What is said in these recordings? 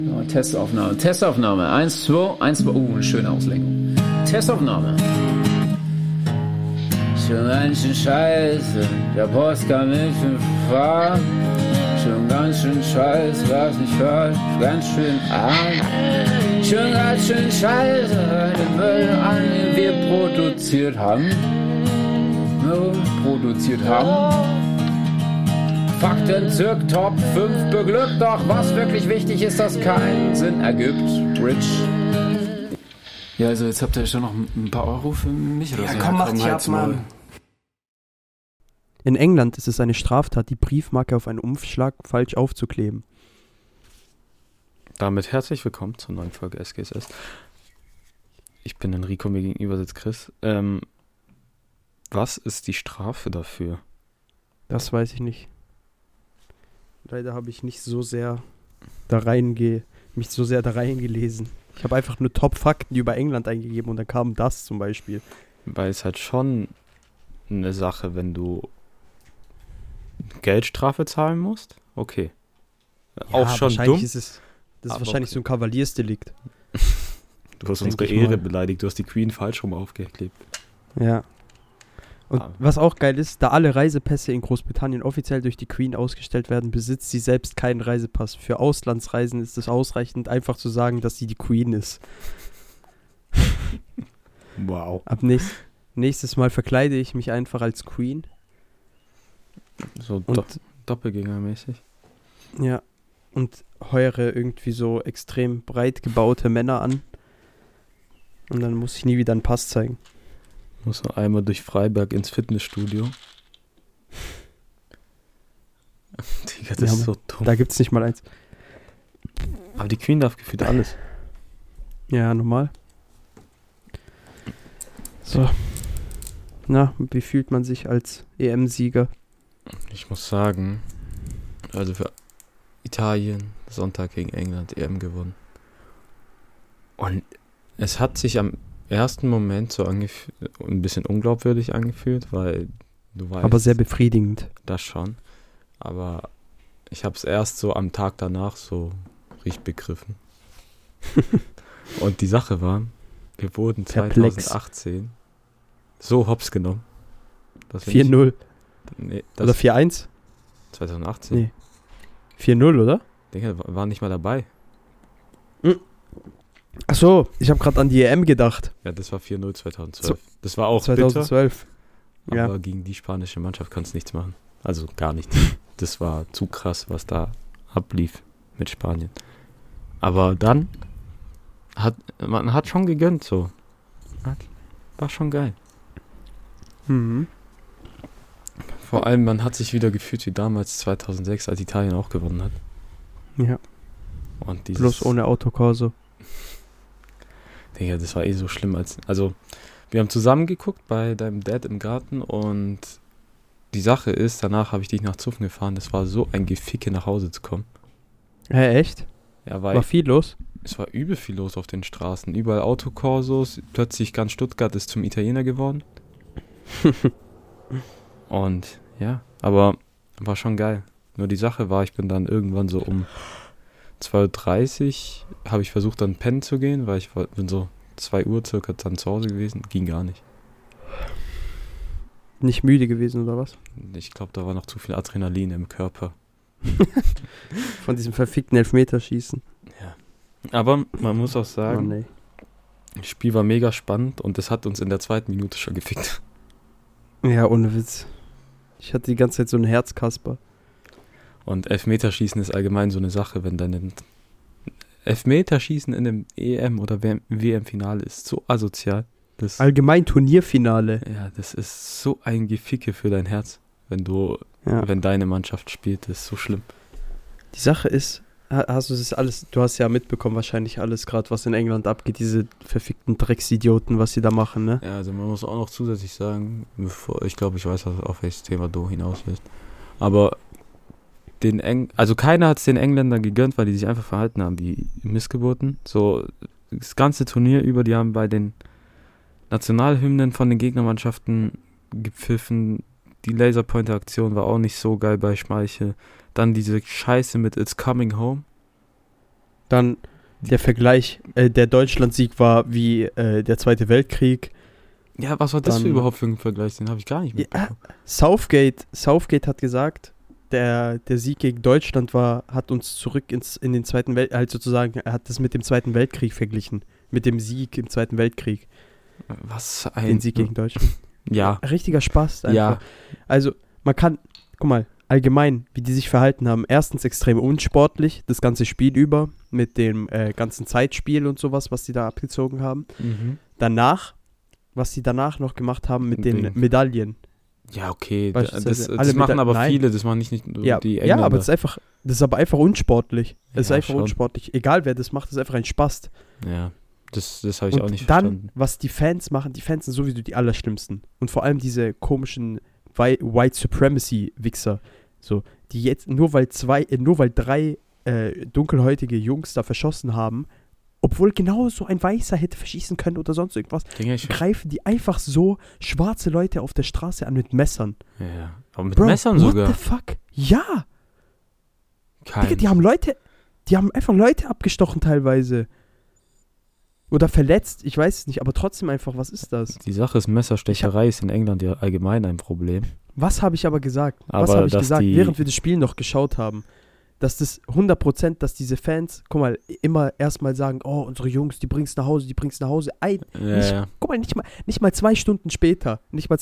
Oh, Testaufnahme. 1, 2, 1, 2. Eine schöne Auslenkung. Testaufnahme. Schon ganz schön scheiße, der Post kann nicht fahren. Schon ganz schön scheiße, was nicht falsch, ganz schön arm. Schon ganz schön scheiße, den Müll an, den wir produziert haben. Fakten Top 5 beglückt, doch was wirklich wichtig ist, das keinen Sinn ergibt. Rich. Ja, also jetzt habt ihr schon noch ein paar Euro für mich oder so. Ja, komm, mach dich ab, Mann. In England ist es eine Straftat, die Briefmarke auf einen Umschlag falsch aufzukleben. Damit herzlich willkommen zur neuen Folge SGSS. Ich bin Enrico, mir gegenüber sitzt Chris. Was ist die Strafe dafür? Das weiß ich nicht. Leider habe ich nicht so sehr da reingelesen. Ich habe einfach nur Top-Fakten über England eingegeben und dann kam das zum Beispiel. Weil es halt schon eine Sache, wenn du Geldstrafe zahlen musst. Okay. Ja, auch schon dumm. Das ist wahrscheinlich okay. So ein Kavaliersdelikt. Du hast unsere Ehre beleidigt. Du hast die Queen falsch rum aufgeklebt. Ja. Und was auch geil ist, da alle Reisepässe in Großbritannien offiziell durch die Queen ausgestellt werden, besitzt sie selbst keinen Reisepass. Für Auslandsreisen ist es ausreichend, einfach zu sagen, dass sie die Queen ist. Wow. Ab nächstes Mal verkleide ich mich einfach als Queen. So Doppelgängermäßig. Ja. Und heuere irgendwie so extrem breit gebaute Männer an. Und dann muss ich nie wieder einen Pass zeigen. Muss noch einmal durch Freiberg ins Fitnessstudio. Digga, das ist so dumm. Da gibt's nicht mal eins. Aber die Queen darf gefühlt alles. Ja, normal. So. Na, wie fühlt man sich als EM-Sieger? Ich muss sagen, also für Italien, Sonntag gegen England, EM gewonnen. Und es hat sich am ersten Moment so ein bisschen unglaubwürdig angefühlt, weil du weißt... Aber sehr befriedigend. Das schon. Aber ich habe es erst so am Tag danach so richtig begriffen. Und die Sache war, wir wurden 2018 so hops genommen. 4-0. Nee, oder 4-1? 2018? Nee. 4-0, oder? Ich denke, wir waren nicht mal dabei. Achso, ich habe gerade an die EM gedacht. Ja, das war 4-0 2012. Das war auch 2012. Bitter, aber gegen die spanische Mannschaft kannst du nichts machen. Also gar nichts. Das war zu krass, was da ablief mit Spanien. Aber dann man hat schon gegönnt so. War schon geil. Mhm. Vor allem, man hat sich wieder gefühlt wie damals 2006, als Italien auch gewonnen hat. Ja. Und bloß ohne Autokorso. Digga, das war so schlimm. Also, wir haben zusammen geguckt bei deinem Dad im Garten und die Sache ist, danach habe ich dich nach Zuffen gefahren. Das war so ein Geficke, nach Hause zu kommen. Echt? Ja, war viel los? Es war übel viel los auf den Straßen. Überall Autokorsos. Plötzlich ganz Stuttgart ist zum Italiener geworden. Und ja, aber war schon geil. Nur die Sache war, ich bin dann irgendwann so um 2:30 Uhr habe ich versucht dann pennen zu gehen, weil ich bin so 2 Uhr circa dann zu Hause gewesen. Ging gar nicht. Nicht müde gewesen oder was? Ich glaube, da war noch zu viel Adrenalin im Körper. Von diesem verfickten Elfmeterschießen. Ja. Aber man muss auch sagen, Das Spiel war mega spannend und es hat uns in der 2. Minute schon gefickt. Ja, ohne Witz. Ich hatte die ganze Zeit so einen Herzkasper. Und Elfmeterschießen ist allgemein so eine Sache, wenn dann Elfmeterschießen in einem EM- oder WM-Finale ist so asozial. Allgemein Turnierfinale. Ja, das ist so ein Geficke für dein Herz, wenn deine Mannschaft spielt. Das ist so schlimm. Die Sache ist, hast du das alles, du hast ja mitbekommen wahrscheinlich alles gerade, was in England abgeht, diese verfickten Drecksidioten, was sie da machen, ne? Ja, also man muss auch noch zusätzlich sagen, ich glaube, ich weiß, auf welches Thema du hinaus willst, aber also keiner hat es den Engländern gegönnt, weil die sich einfach verhalten haben wie Missgeburten. So, das ganze Turnier über, die haben bei den Nationalhymnen von den Gegnermannschaften gepfiffen. Die Laserpointer-Aktion war auch nicht so geil bei Schmeichel. Dann diese Scheiße mit It's Coming Home. Dann der Vergleich, der Deutschlandsieg war wie der Zweite Weltkrieg. Ja, was war das Dann- für überhaupt für ein Vergleich? Den habe ich gar nicht mitbekommen. Southgate hat gesagt, der Sieg gegen Deutschland hat uns zurück in den Zweiten Weltkrieg, halt sozusagen, er hat das mit dem Zweiten Weltkrieg verglichen. Mit dem Sieg im Zweiten Weltkrieg. Was ein... Den Sieg gegen Deutschland. Ja, Richtiger Spaß einfach. ja. Also, man kann, guck mal, allgemein, wie die sich verhalten haben. Erstens extrem unsportlich, das ganze Spiel über, mit dem ganzen Zeitspiel und sowas, was die da abgezogen haben. Mhm. Danach, was die danach noch gemacht haben mit den Ding. Medaillen. Ja, okay. Beispielsweise Das alle machen Meda- aber Nein. viele, das machen nicht nur Ja, die ja, Engländer. aber das ist aber einfach unsportlich. Es ist Ja, einfach schon. unsportlich. Egal wer das macht, das ist einfach ein Spaß. Ja, das habe ich auch nicht Und dann, verstanden. was die Fans machen, die Fans sind sowieso die Allerschlimmsten. Und vor allem diese komischen White Supremacy-Wichser. So, die jetzt, nur weil drei dunkelhäutige Jungs da verschossen haben, obwohl genau so ein Weißer hätte verschießen können oder sonst irgendwas, Digga, ich greifen die einfach so schwarze Leute auf der Straße an mit Messern. ja. Aber mit Bro, Messern what sogar. the fuck? Ja! Kein. Digga, die haben einfach Leute abgestochen teilweise. Oder verletzt, ich weiß es nicht, aber trotzdem einfach, was ist das? Die Sache ist, Messerstecherei ist in England ja allgemein ein Problem. Was habe ich aber gesagt? Was Aber habe ich dass gesagt, die- während wir das Spiel noch geschaut haben? Dass das 100%, dass diese Fans, guck mal, immer erstmal sagen, oh, unsere Jungs, die bring's nach Hause. Ja. Guck mal, nicht mal 2 Stunden später.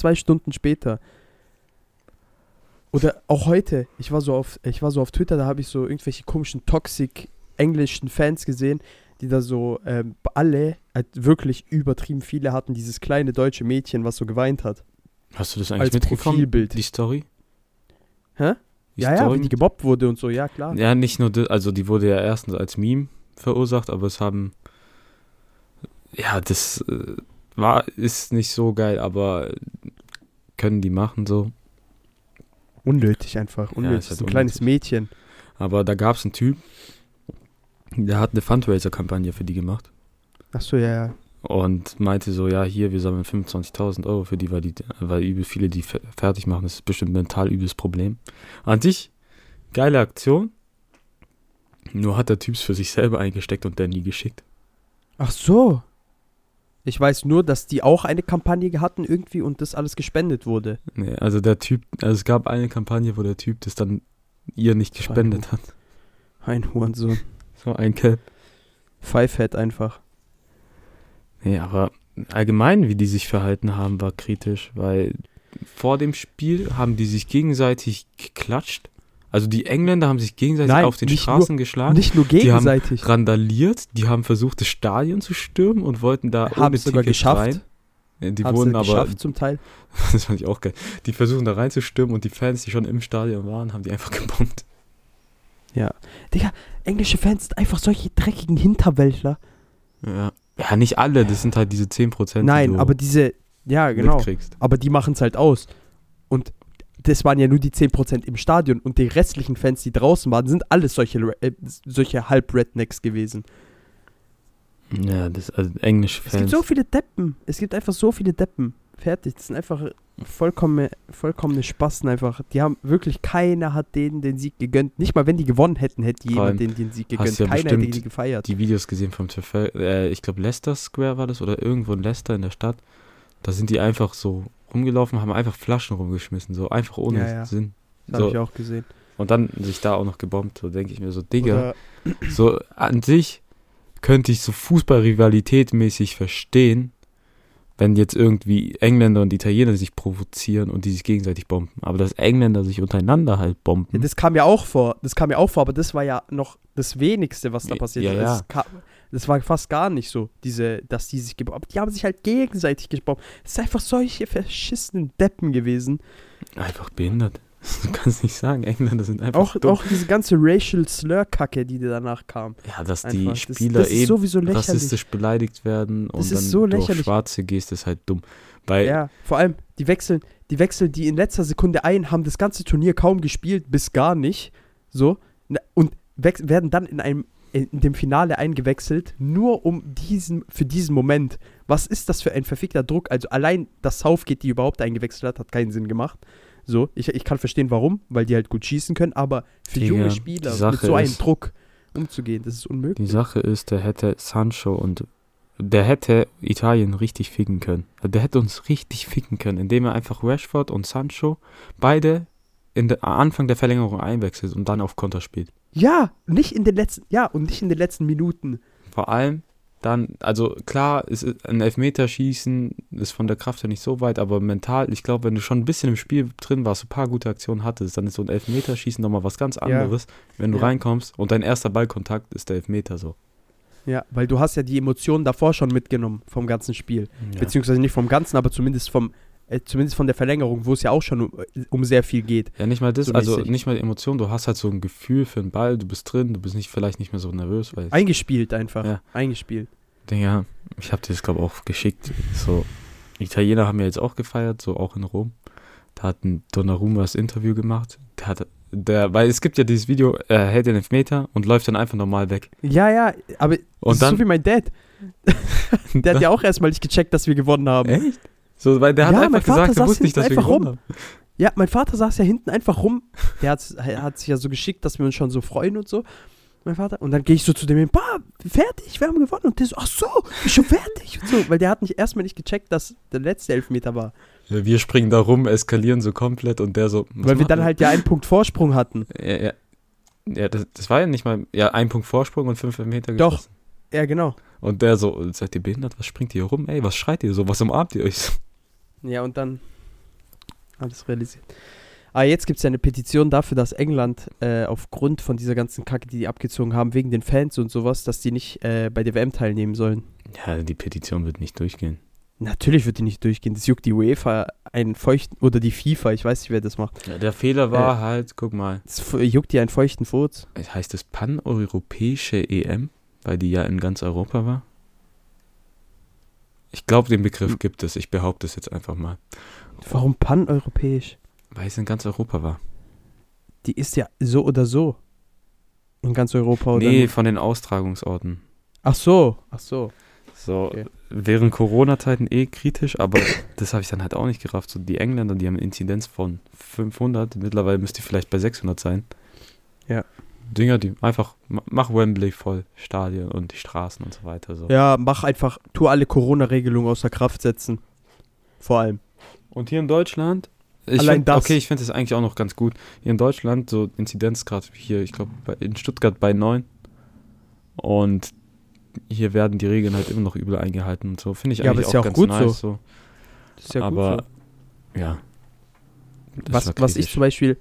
Oder auch heute, ich war so auf Twitter, da habe ich so irgendwelche komischen toxic englischen Fans gesehen, die da so alle, wirklich übertrieben viele hatten, dieses kleine deutsche Mädchen, was so geweint hat. Hast du das eigentlich Als mitbekommen? Profilbild. Die Story? Hä? Die Ja, Story? wie die gemobbt wurde und so, ja klar. Ja, nicht nur das, also die wurde ja erstens als Meme verursacht, aber es haben, ja, das ist nicht so geil, aber können die machen so. Unnötig einfach, unnötig. ist halt so ein kleines Mädchen. Aber da gab es einen Typ, der hat eine Fundraiser-Kampagne für die gemacht Achso, ja. und meinte so, ja, hier, wir sammeln 25.000 Euro für die, weil übel viele die fertig machen. Das ist bestimmt mental übles Problem. An sich, geile Aktion. Nur hat der Typs für sich selber eingesteckt und der nie geschickt. Ach so. Ich weiß nur, dass die auch eine Kampagne hatten irgendwie und das alles gespendet wurde. Nee, also es gab eine Kampagne, wo der Typ das dann ihr nicht gespendet hat. Ein Hurensohn. So ein Cap. Fivehead einfach. Nee, aber allgemein, wie die sich verhalten haben, war kritisch, weil vor dem Spiel haben die sich gegenseitig geklatscht. Also die Engländer haben sich gegenseitig Nein, auf den nicht Straßen geschlagen. Nicht nur Die haben gegenseitig. randaliert, die haben versucht, das Stadion zu stürmen und wollten da Haben es sogar geschafft. rein. Die Haben wurden sie aber, geschafft zum Teil. das fand ich auch geil, die versuchen da reinzustürmen und die Fans, die schon im Stadion waren, haben die einfach gebombt. Ja. Digga, englische Fans sind einfach solche dreckigen Hinterwäldler. Ja, nicht alle, das sind halt diese 10%, Nein, die du aber diese, ja genau, mitkriegst. aber die machen es halt aus. Und das waren ja nur die 10% im Stadion und die restlichen Fans, die draußen waren, sind alles solche Halb-Rednecks gewesen. Ja, also englische Es Fans. gibt so viele Deppen. Es gibt einfach so viele Deppen. Fertig. Das sind einfach vollkommene Spasten einfach. Die haben wirklich, keiner hat denen den Sieg gegönnt. Nicht mal, wenn die gewonnen hätten, hätte Vor allem jemand denen den Sieg hast gegönnt. du ja Keiner hätte bestimmt die gefeiert. die Videos gesehen vom ich glaube Leicester Square war das oder irgendwo in Leicester in der Stadt. Da sind die einfach so rumgelaufen, haben einfach Flaschen rumgeschmissen, so einfach ohne Ja, ja. Sinn. Das habe So, ich auch gesehen. und dann sich da auch noch gebombt, so denke ich mir so, Digga, Oder, so an sich könnte ich so Fußball-Rivalität mäßig verstehen, wenn jetzt irgendwie Engländer und Italiener sich provozieren und die sich gegenseitig bomben. Aber dass Engländer sich untereinander halt bomben. ja, das kam ja auch vor, aber das war ja noch das Wenigste, was da passiert Ja, ist. ja. Das war fast gar nicht so, dass die sich gebombt haben. Die haben sich halt gegenseitig gebombt. Es sind einfach solche verschissenen Deppen gewesen. Einfach behindert. Du kannst nicht sagen, Engländer sind einfach dumm. Auch diese ganze Racial Slur-Kacke, die danach kam. Ja, dass Einfach. die Das- Spieler das ist sowieso lächerlich. rassistisch beleidigt werden und Das dann ist so durch lächerlich. Schwarze gehst, ist halt dumm. Weil, Ja, vor allem, die wechseln die in letzter Sekunde ein, haben das ganze Turnier kaum gespielt, bis gar nicht. So. Und werden dann in dem Finale eingewechselt, nur für diesen Moment. Was ist das für ein verfickter Druck? Also allein, dass Southgate die überhaupt eingewechselt hat keinen Sinn gemacht. So, ich kann verstehen, warum, weil die halt gut schießen können, aber für Digga, junge die Spieler Sache mit so einem ist- Druck, umzugehen. Das ist Die unmöglich. Sache ist, der hätte Italien richtig ficken können. Der hätte uns richtig ficken können, indem er einfach Rashford und Sancho beide Anfang der Verlängerung einwechselt und dann auf Konter spielt. Ja, nicht in den letzten Minuten. Vor allem dann, also klar, ein Elfmeterschießen ist von der Kraft her nicht so weit, aber mental, ich glaube, wenn du schon ein bisschen im Spiel drin warst, ein paar gute Aktionen hattest, dann ist so ein Elfmeterschießen nochmal was ganz anderes, wenn du reinkommst und dein erster Ballkontakt ist der Elfmeter so. Ja, weil du hast ja die Emotionen davor schon mitgenommen vom ganzen Spiel. Ja. Beziehungsweise nicht vom Ganzen, aber zumindest von der Verlängerung, wo es ja auch schon um sehr viel geht. Ja, nicht mal das, So also mäßig. nicht mal die Emotion, du hast halt so ein Gefühl für den Ball, du bist drin, du bist vielleicht nicht mehr so nervös, weil Eingespielt einfach. Ja. Eingespielt. Ja, ich habe dir das, glaube ich, auch geschickt. So, Italiener haben ja jetzt auch gefeiert, so auch in Rom. Da hat ein Donnarumma das Interview gemacht. Weil es gibt ja dieses Video, er hält den Elfmeter und läuft dann einfach normal weg. Ja, aber das ist dann- so wie mein Dad. Der hat ja auch erstmal nicht gecheckt, dass wir gewonnen haben. Echt? So, weil der hat Ja, mein einfach Vater gesagt, er saß wusste nicht, dass wir hinten einfach gewonnen haben. Ja, mein Vater saß ja hinten einfach rum. Der hat sich ja so geschickt, dass wir uns schon so freuen und so. Mein Vater. Und dann gehe ich so zu dem hin, fertig, wir haben gewonnen. Und der so, ach so, ist schon fertig. Und so, weil der hat erstmal nicht gecheckt, dass der letzte Elfmeter war. Ja, wir springen da rum, eskalieren so komplett und der so. Weil wir dann halt ja einen Punkt Vorsprung hatten. Ja, das war ja nicht mal. Ja, 1 Punkt Vorsprung und 5 Meter Doch. geschossen. Ja, genau. Und der so, seid ihr behindert? Was springt ihr hier rum? Ey, was schreit ihr so? Was umarmt ihr euch so? Ja, und dann alles realisiert. Aber jetzt gibt es ja eine Petition dafür, dass England aufgrund von dieser ganzen Kacke, die abgezogen haben, wegen den Fans und sowas, dass die nicht bei der WM teilnehmen sollen. Ja, die Petition wird nicht durchgehen. Natürlich wird die nicht durchgehen. Das juckt die UEFA oder die FIFA, ich weiß nicht, wer das macht. Ja, der Fehler war halt, guck mal, Das juckt die einen feuchten Furz. heißt es paneuropäische EM, weil die ja in ganz Europa war? Ich glaube, den Begriff gibt es. Ich behaupte es jetzt einfach mal. Warum paneuropäisch? Weil es in ganz Europa war. Die ist ja so oder so in ganz Europa, oder? Nee, von den Austragungsorten. Ach so. So, Okay. während Corona-Zeiten kritisch, aber das habe ich dann halt auch nicht gerafft. So, die Engländer, die haben eine Inzidenz von 500, mittlerweile müsste die vielleicht bei 600 sein. Ja. Dinger, die einfach, mach Wembley voll, Stadien und die Straßen und so weiter. So. Ja, tu alle Corona-Regelungen außer Kraft setzen. Vor allem. Und hier in Deutschland, Allein das. Okay, ich finde das eigentlich auch noch ganz gut. Hier in Deutschland, so Inzidenzgrad hier, ich glaube, in Stuttgart bei 9. Und hier werden die Regeln halt immer noch übel eingehalten und so. Finde ich Ja, aber eigentlich ist ja auch ganz gut nice so. so. Das ist ja Aber, gut ja. so. Das war Was ich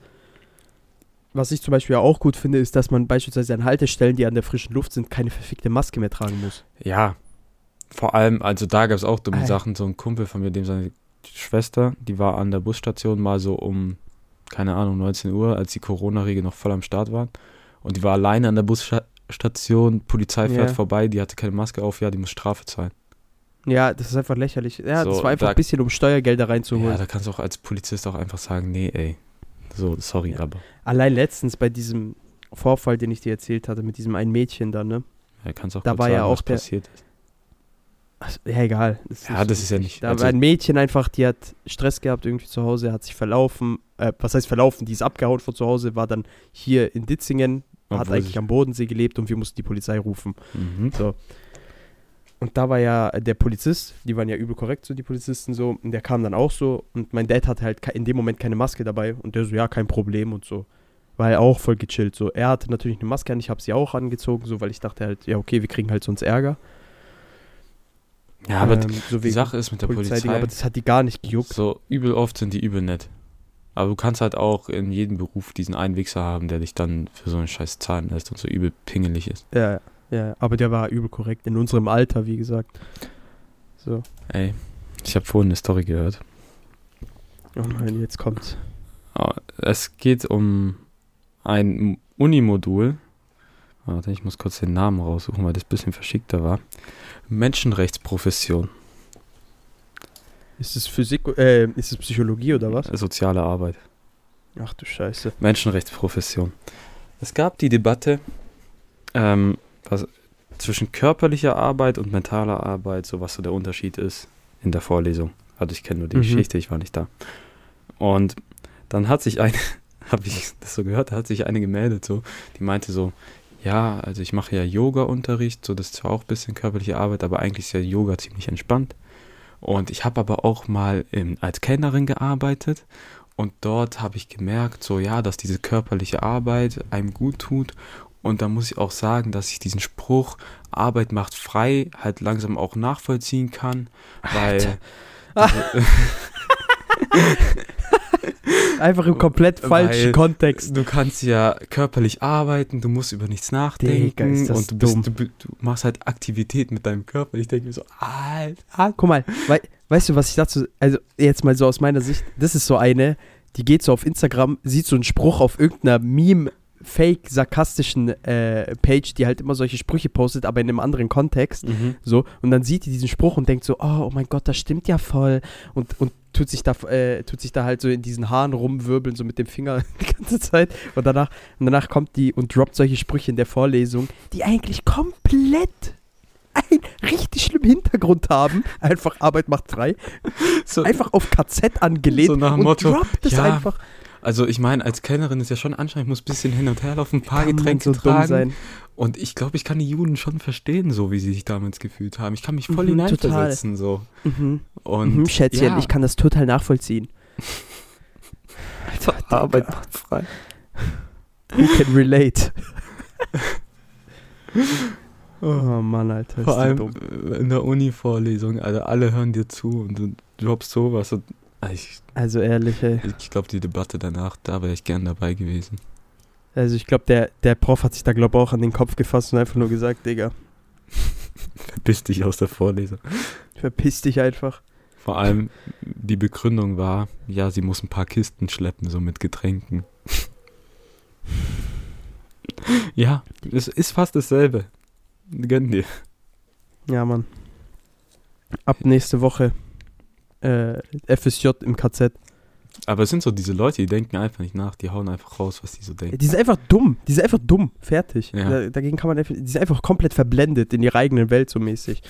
zum Beispiel auch gut finde, ist, dass man beispielsweise an Haltestellen, die an der frischen Luft sind, keine verfickte Maske mehr tragen muss. Ja, vor allem, also da gab es auch dumme Ey. Sachen. So ein Kumpel von mir, dem seine Schwester, die war an der Busstation mal so um, keine Ahnung, 19 Uhr, als die Corona-Regeln noch voll am Start waren. Und die war alleine an der Busstation, Polizei fährt Ja. vorbei, die hatte keine Maske auf, ja, die muss Strafe zahlen. Ja, das ist einfach lächerlich. Ja, So, das war einfach da- ein bisschen, um Steuergelder Ja, reinzuholen. da kannst du auch als Polizist auch einfach sagen, nee, ey, so, sorry, Ja. aber. Allein letztens bei diesem Vorfall, den ich dir erzählt hatte, mit diesem einen Mädchen da, ne? Ja, kannst auch Da kurz war ja sagen, auch was der- passiert ist. Ach, ja, egal. Ja, das ist ja nicht- Da also- war ein Mädchen einfach, die hat Stress gehabt irgendwie zu Hause, hat sich verlaufen. Was heißt verlaufen? Die ist abgehauen von zu Hause, war dann hier in Ditzingen, hat Obwohl eigentlich sie- am Bodensee gelebt und wir mussten die Polizei rufen. Mhm. So. Und da war ja der Polizist, die waren ja übel korrekt, so die Polizisten so, und der kam dann auch so und mein Dad hatte halt in dem Moment keine Maske dabei und der so, ja, kein Problem und so. War er auch voll gechillt, so. Er hatte natürlich eine Maske an, ich habe sie auch angezogen, so, weil ich dachte halt, ja, okay, wir kriegen halt sonst Ärger. Ja, aber so die wegen Sache ist mit der Polizei, aber das hat die gar nicht gejuckt. so übel oft sind die übel nett. Aber du kannst halt auch in jedem Beruf diesen einen Wichser haben, der dich dann für so einen Scheiß zahlen lässt und so übel pingelig ist. Ja, aber der war übel korrekt, in unserem Alter, wie gesagt. So. Ey, ich habe vorhin eine Story gehört. Oh nein, jetzt kommt's. Es geht um ein Unimodul. Warte, ich muss kurz den Namen raussuchen, weil das ein bisschen verschickter war. Menschenrechtsprofession. Ist es ist es Psychologie oder was? Soziale Arbeit. Ach du Scheiße. Menschenrechtsprofession. Es gab die Debatte was zwischen körperlicher Arbeit und mentaler Arbeit, so was so der Unterschied ist in der Vorlesung. Also ich kenne nur die Geschichte, ich war nicht da. Und dann hat sich habe ich das so gehört, da hat sich eine gemeldet, so, die meinte so, ja, also ich mache ja Yoga-Unterricht, so das ist zwar auch ein bisschen körperliche Arbeit, aber eigentlich ist ja Yoga ziemlich entspannt. Und ich habe aber auch mal als Kellnerin gearbeitet und dort habe ich gemerkt, so ja, dass diese körperliche Arbeit einem gut tut. Und da muss ich auch sagen, dass ich diesen Spruch, Arbeit macht frei, halt langsam auch nachvollziehen kann, weil... Einfach im komplett falschen Kontext. Du kannst ja körperlich arbeiten, du musst über nichts nachdenken. Digga, ist das und dumm. du machst halt Aktivität mit deinem Körper. Ich denke mir so, Alter. Guck mal, weißt du, was ich dazu, also jetzt mal so aus meiner Sicht, das ist so eine, die geht so auf Instagram, sieht so einen Spruch auf irgendeiner Meme-Fake-sarkastischen Page, die halt immer solche Sprüche postet, aber in einem anderen Kontext, so, und dann sieht die diesen Spruch und denkt so, oh mein Gott, das stimmt ja voll, und tut sich da halt so in diesen Haaren rumwirbeln, so mit dem Finger die ganze Zeit, und danach kommt die und droppt solche Sprüche in der Vorlesung, die eigentlich komplett einen richtig schlimmen Hintergrund haben, einfach Arbeit macht frei, So, einfach auf KZ angelehnt so nach dem und Motto, droppt es ja, einfach. also ich meine, als Kellnerin ist ja schon anstrengend, ich muss ein bisschen hin und her laufen, ein paar Kann man Getränke so dumm tragen. sein. Und ich glaube, ich kann die Juden schon verstehen, so wie sie sich damals gefühlt haben. Ich kann mich voll Mhm, hineinversetzen, so. Mhm. Und Schätzchen, ja, ich kann das total nachvollziehen. Alter, Arbeit Digga. macht frei. Who can relate? Oh Mann, Alter, Vor ist die allem dumm. in der Uni-Vorlesung, also alle hören dir zu und du droppst sowas. Und Also ehrlich, ey. ich glaube, die Debatte danach, da wäre ich gern dabei gewesen. Also ich glaube, der Prof hat sich da, glaube ich, auch an den Kopf gefasst und einfach nur gesagt, Digga, Verpiss dich aus der Vorlesung. verpiss dich einfach. Vor allem, die Begründung war, ja, sie muss ein paar Kisten schleppen, so mit Getränken. Ja, es ist fast dasselbe. Gönn dir. Ja, Mann. Ab nächste Woche FSJ im KZ. Aber es sind so diese Leute, die denken einfach nicht nach, die hauen einfach raus, was die so denken. Die sind einfach dumm, fertig. Ja. Dagegen kann man einfach, die sind einfach komplett verblendet in ihrer eigenen Welt so mäßig.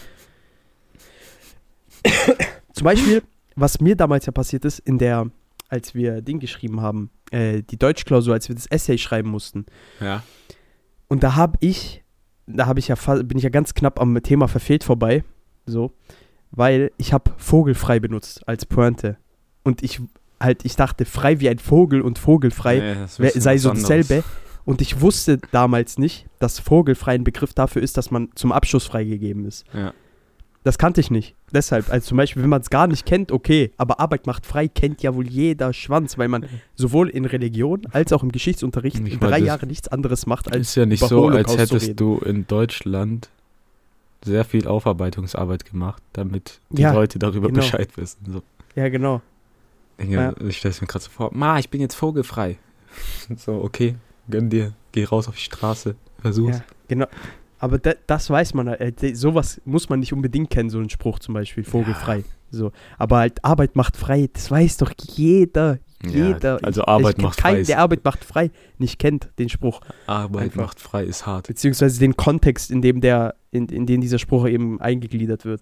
Zum Beispiel, was mir damals ja passiert ist, als wir Ding geschrieben haben, die Deutschklausur, als wir das Essay schreiben mussten. Ja. Und bin ich ja ganz knapp am Thema verfehlt vorbei, so, weil ich habe vogelfrei benutzt als Pointe. Und ich dachte, frei wie ein Vogel und vogelfrei Nee, das ist sei was so anderes. dasselbe. Und ich wusste damals nicht, dass vogelfrei ein Begriff dafür ist, dass man zum Abschuss freigegeben ist. Ja. Das kannte ich nicht. Deshalb, also zum Beispiel, wenn man es gar nicht kennt, okay, aber Arbeit macht frei kennt ja wohl jeder Schwanz, weil man sowohl in Religion als auch im Geschichtsunterricht Ich in meine, 3 das Jahre nichts anderes macht, als Ist ja nicht über so, als Holocaust zu hättest reden. du in Deutschland sehr viel Aufarbeitungsarbeit gemacht, damit die Ja, Leute darüber genau. Bescheid wissen. So. Ja, genau. Ich stelle es mir gerade so vor, ich bin jetzt vogelfrei. So, okay, gönn dir, geh raus auf die Straße, versuch's. Ja, genau. Aber das weiß man halt. Sowas muss man nicht unbedingt kennen, so ein Spruch zum Beispiel, vogelfrei. So. Aber halt Arbeit macht frei, das weiß doch jeder. Jeder. also Arbeit Ich kenn macht frei keinen, ist- der Arbeit macht frei nicht kennt, den Spruch. Arbeit Einfach. macht frei ist hart. Beziehungsweise den Kontext, in dem in den dieser Spruch eben eingegliedert wird.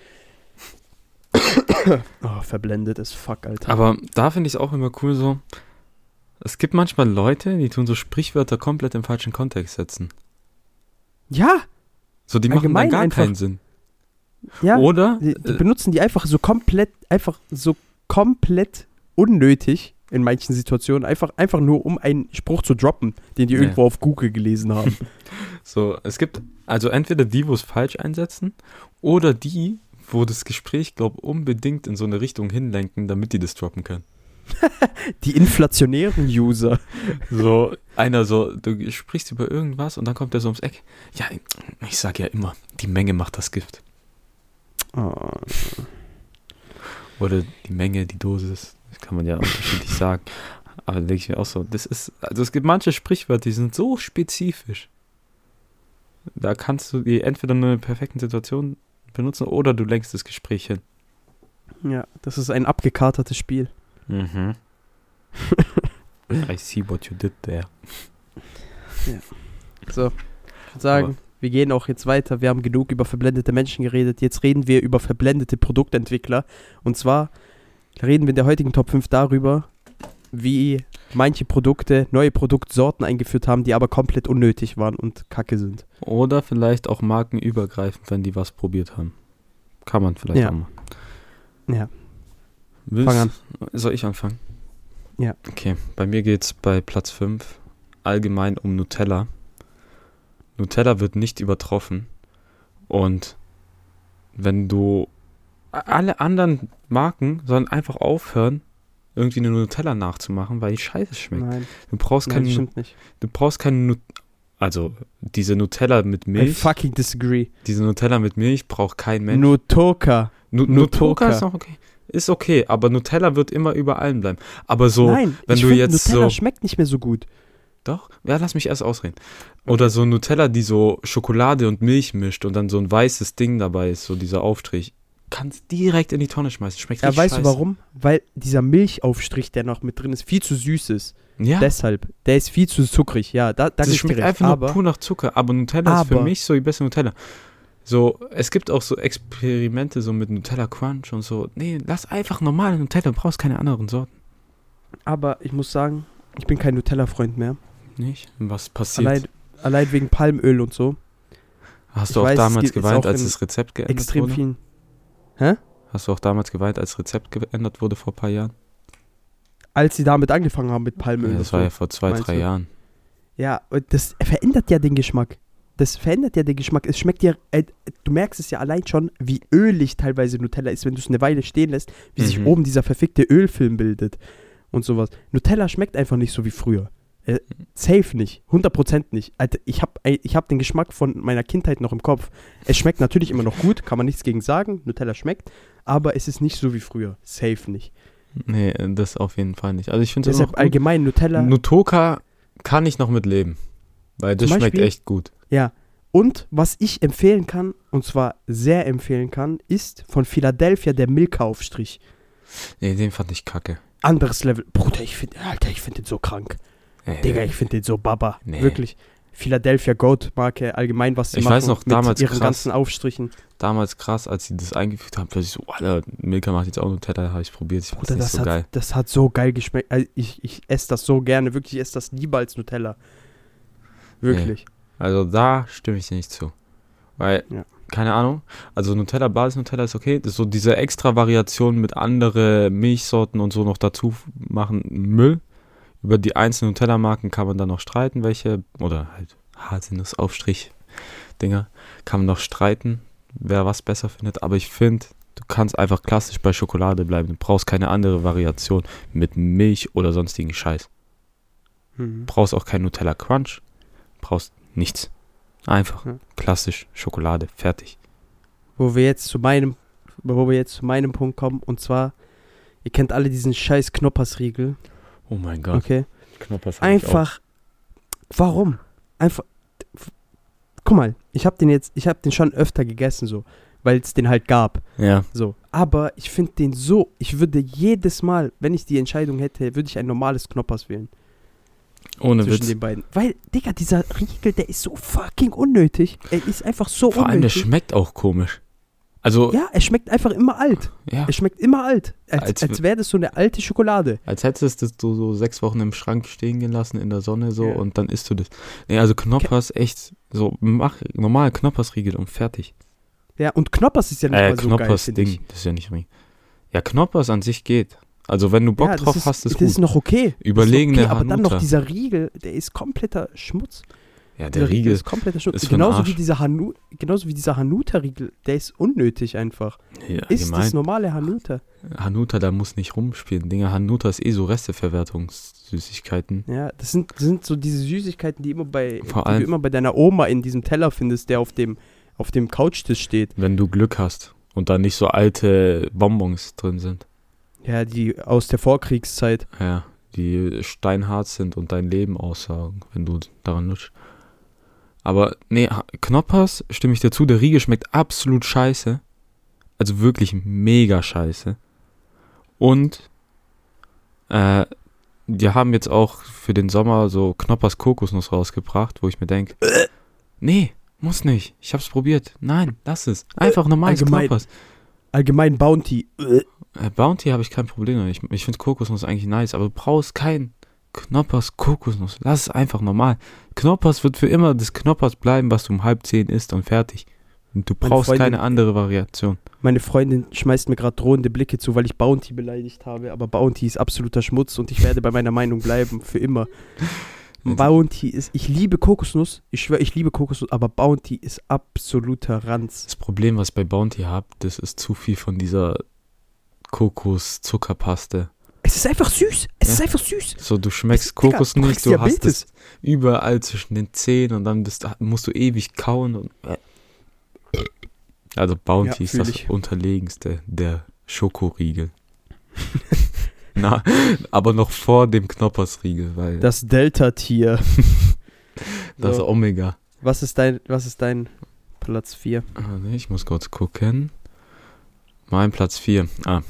Oh, verblendet as fuck, Alter. Aber da finde ich es auch immer cool so, es gibt manchmal Leute, die tun so Sprichwörter komplett im falschen Kontext setzen. Ja, So, die machen dann Allgemein gar einfach. keinen Sinn. ja. Oder? Die benutzen die einfach so komplett unnötig in manchen Situationen, einfach nur, um einen Spruch zu droppen, den die Ja. irgendwo auf Google gelesen haben. So, es gibt also entweder die, wo es falsch einsetzen, oder die, wo das Gespräch, glaube unbedingt in so eine Richtung hinlenken, damit die das droppen können. Die inflationären User. So, einer so, du sprichst über irgendwas und dann kommt der so ums Eck. Ja, ich sag ja immer, die Menge macht das Gift. Oh. Oder die Menge, die Dosis. Das kann man ja unterschiedlich sagen. Aber da denke ich mir auch so, also es gibt manche Sprichwörter, die sind so spezifisch. Da kannst du die entweder in einer perfekten Situation benutzen oder du lenkst das Gespräch hin. Ja, das ist ein abgekatertes Spiel. Mhm. I see what you did there. So, ich würde sagen, wir gehen auch jetzt weiter. Wir haben genug über verblendete Menschen geredet. Jetzt reden wir über verblendete Produktentwickler. Und zwar reden wir in der heutigen Top 5 darüber, wie manche Produkte, neue Produktsorten eingeführt haben, die aber komplett unnötig waren und kacke sind. Oder vielleicht auch markenübergreifend, wenn die was probiert haben. Kann man vielleicht auch machen. Ja. Fang an. Soll ich anfangen? Ja. Okay, bei mir geht es bei Platz 5 allgemein um Nutella. Nutella wird nicht übertroffen. Und wenn du alle anderen Marken sollen einfach aufhören, irgendwie eine Nutella nachzumachen, weil die scheiße schmeckt. Nein. Du brauchst Nein, das stimmt nicht. Du brauchst keine also diese Nutella mit Milch. I fucking disagree. Diese Nutella mit Milch braucht kein Mensch. Nutoka. Nutoka ist noch okay. Ist okay, aber Nutella wird immer über allem bleiben. Aber so, Nein, wenn du jetzt Nutella so... schmeckt nicht mehr so gut. Doch? Ja, lass mich erst ausreden. Oder so Nutella, die so Schokolade und Milch mischt und dann so ein weißes Ding dabei ist, so dieser Aufstrich. Kannst direkt in die Tonne schmeißen. Schmeckt richtig scheiße. Ja, weißt du warum? Weil dieser Milchaufstrich, der noch mit drin ist, viel zu süß ist. Ja. Deshalb. Der ist viel zu zuckrig. Ja, da das schmeckt einfach nur pur nach Zucker. Aber Nutella ist für mich so die beste Nutella. So, es gibt auch so Experimente so mit Nutella Crunch und so. Nee, lass einfach normale Nutella. Du brauchst keine anderen Sorten. Aber ich muss sagen, ich bin kein Nutella-Freund mehr. Nicht? Was passiert? Allein wegen Palmöl und so. Hast du auch damals geweint, als das Rezept geändert wurde? Extrem vielen. Hä? Hast du auch damals geweint, als das Rezept geändert wurde vor ein paar Jahren? Als sie damit angefangen haben mit Palmöl. Ja, das war ja vor 2-3 Jahren. Ja, und das verändert ja den Geschmack. Es schmeckt dir, du merkst es ja allein schon, wie ölig teilweise Nutella ist, wenn du es eine Weile stehen lässt, wie sich oben dieser verfickte Ölfilm bildet und sowas. Nutella schmeckt einfach nicht so wie früher. Safe nicht, 100% nicht. Alter, ich hab den Geschmack von meiner Kindheit noch im Kopf. Es schmeckt natürlich immer noch gut, kann man nichts gegen sagen, Nutella schmeckt, aber es ist nicht so wie früher. Safe nicht. Nee, das auf jeden Fall nicht. Also ich finde deshalb allgemein Nutella. Nutoka kann ich noch mit leben, weil das schmeckt echt gut. Ja, und was ich empfehlen kann, und zwar sehr empfehlen kann, ist von Philadelphia der Milka-Aufstrich. Nee, den fand ich kacke. Anderes Level. Bruder, ich finde den so krank. Digga, ich finde den so baba. Nee. Wirklich. Philadelphia Goat-Marke allgemein, was sie machen. Ich weiß noch, mit damals ihren ganzen Aufstrichen. Damals krass, als sie das eingefügt haben, plötzlich so, Alter, Milka macht jetzt auch Nutella, habe ich probiert. Ich fand das so geil. Das hat so geil geschmeckt. Also ich esse das so gerne, wirklich, ich esse das lieber als Nutella. Wirklich. Nee. Also da stimme ich dir nicht zu. Weil, keine Ahnung, also Basis-Nutella ist okay. Das ist so diese extra Variation mit andere Milchsorten und so noch dazu machen, Müll. Über die einzelnen Nutella-Marken kann man dann noch streiten, welche, oder halt Haselnuss-Aufstrich-Dinger, kann man noch streiten, wer was besser findet. Aber ich finde, du kannst einfach klassisch bei Schokolade bleiben. Du brauchst keine andere Variation mit Milch oder sonstigen Scheiß. Du brauchst auch kein Nutella Crunch. Brauchst nichts. Einfach klassisch Schokolade, fertig. Wo wir jetzt zu meinem Punkt kommen, und zwar, ihr kennt alle diesen scheiß Knoppersriegel. Oh mein Gott. Okay. Knoppers einfach, warum? Einfach, guck mal, ich hab den schon öfter gegessen, so, weil es den halt gab. Ja. So, aber ich finde den so, ich würde jedes Mal, wenn ich die Entscheidung hätte, würde ich ein normales Knoppers wählen. Ohne zwischen Witz. Den beiden. Weil, Digga, dieser Riegel, der ist so fucking unnötig. Er ist einfach so Vor unnötig. Vor allem, der schmeckt auch komisch. Also, ja, er schmeckt einfach immer alt. Ja. Er schmeckt immer alt. Als wäre das so eine alte Schokolade. Als hättest du so 6 Wochen im Schrank stehen gelassen in der Sonne so und dann isst du das. Nee, also Knoppers echt so, mach normal Knoppersriegel und fertig. Ja, und Knoppers ist ja nicht mal so Knoppers geil, Ding, das ist ja nicht richtig. Ja, Knoppers an sich geht. Also wenn du Bock drauf hast, ist gut. Das ist noch okay. Überlegene Hanuta. Aber dann Hanuta. noch dieser Riegel, der ist kompletter Schmutz. Ja, der Riegel ist kompletter Schmutz. Ist genauso wie dieser Hanuta-Riegel, der ist unnötig einfach. Ja, ist das normale Hanuta. Hanuta, da muss nicht rumspielen. Dinger, Hanuta ist so Resteverwertungssüßigkeiten. Ja, das sind so diese Süßigkeiten, die du allem, immer bei deiner Oma in diesem Teller findest, der auf dem Couchtisch steht. Wenn du Glück hast und da nicht so alte Bonbons drin sind. Ja, die aus der Vorkriegszeit. Ja, die steinhart sind und dein Leben aussaugen, wenn du daran lutschst. Aber nee, Knoppers, stimme ich dir zu, der Riegel schmeckt absolut scheiße. Also wirklich mega scheiße. Und die haben jetzt auch für den Sommer so Knoppers Kokosnuss rausgebracht, wo ich mir denke, nee, muss nicht. Ich hab's probiert. Nein, lass es. Einfach normales Knoppers. Allgemein Bounty. Bounty habe ich kein Problem damit. Ich finde Kokosnuss eigentlich nice, aber du brauchst kein Knoppers Kokosnuss. Lass es einfach normal. Knoppers wird für immer das Knoppers bleiben, was du um 9:30 isst und fertig. Und du brauchst keine andere Variation. Meine Freundin schmeißt mir gerade drohende Blicke zu, weil ich Bounty beleidigt habe. Aber Bounty ist absoluter Schmutz und ich werde bei meiner Meinung bleiben, für immer. Bounty ist, ich liebe Kokosnuss, ich schwöre, ich liebe Kokosnuss, aber Bounty ist absoluter Ranz. Das Problem, was ich bei Bounty habe, das ist zu viel von dieser Kokos-Zuckerpaste. Es ist einfach süß, es ist einfach süß. So, du schmeckst Kokos nicht, du hast es überall zwischen den Zähnen und dann musst du ewig kauen. Und also Bounty ist das unterlegenste der Schokoriegel. Na, aber noch vor dem Knoppersriegel, weil das Delta-Tier. Das So. Omega. Was ist dein Platz 4? Ich muss kurz gucken. Mein Platz 4.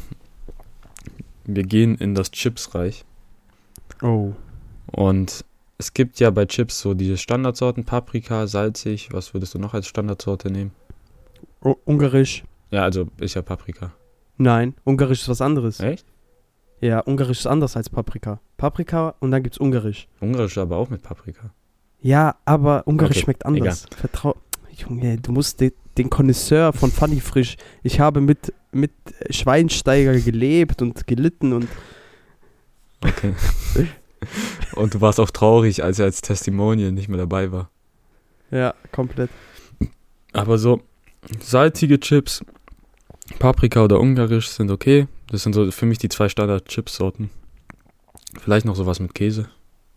Wir gehen in das Chipsreich. Oh. Und es gibt ja bei Chips so diese Standardsorten, Paprika, salzig. Was würdest du noch als Standardsorte nehmen? Ungarisch. Ja, also ist ja Paprika. Nein, Ungarisch ist was anderes. Echt? Ja, Ungarisch ist anders als Paprika. Paprika und dann gibt's Ungarisch. Ungarisch aber auch mit Paprika. Ja, aber Ungarisch schmeckt anders. Egal. Junge, du musst den Connoisseur von Funny Frisch. Ich habe mit Schweinsteiger gelebt und gelitten und. Okay. Und du warst auch traurig, als er als Testimonial nicht mehr dabei war. Ja, komplett. Aber so salzige Chips, Paprika oder Ungarisch sind okay. Das sind so für mich die 2 Standard-Chips-Sorten. Vielleicht noch sowas mit Käse.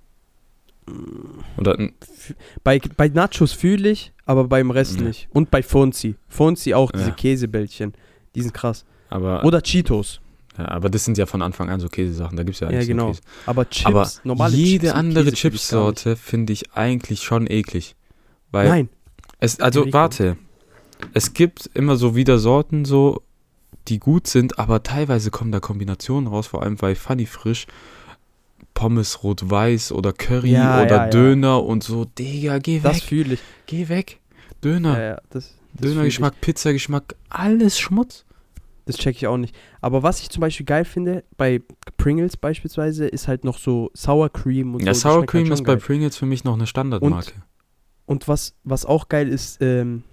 Oder bei Nachos fühle ich, aber beim Rest nicht. Und bei Fonzi. Fonzi auch, diese Käsebällchen. Die sind krass. Oder Cheetos. Ja, aber das sind ja von Anfang an so Käsesachen. Da gibt es ja eigentlich genau. Käse. Aber Chips, normale Chips. Jede andere Chipssorte finde ich eigentlich schon eklig. Weil Nein. Warte. Es gibt immer so wieder Sorten, so, die gut sind, aber teilweise kommen da Kombinationen raus, vor allem bei Funny Frisch. Pommes rot-weiß oder Curry oder Döner und so. Digga, geh weg. Das fühle ich. Geh weg. Döner. Ja, das Dönergeschmack, Pizzageschmack, alles Schmutz. Das check ich auch nicht. Aber was ich zum Beispiel geil finde, bei Pringles beispielsweise, ist halt noch so Sour Cream und so. Ja, Sour Cream halt ist bei Pringles für mich noch eine Standardmarke. Und was auch geil ist, wie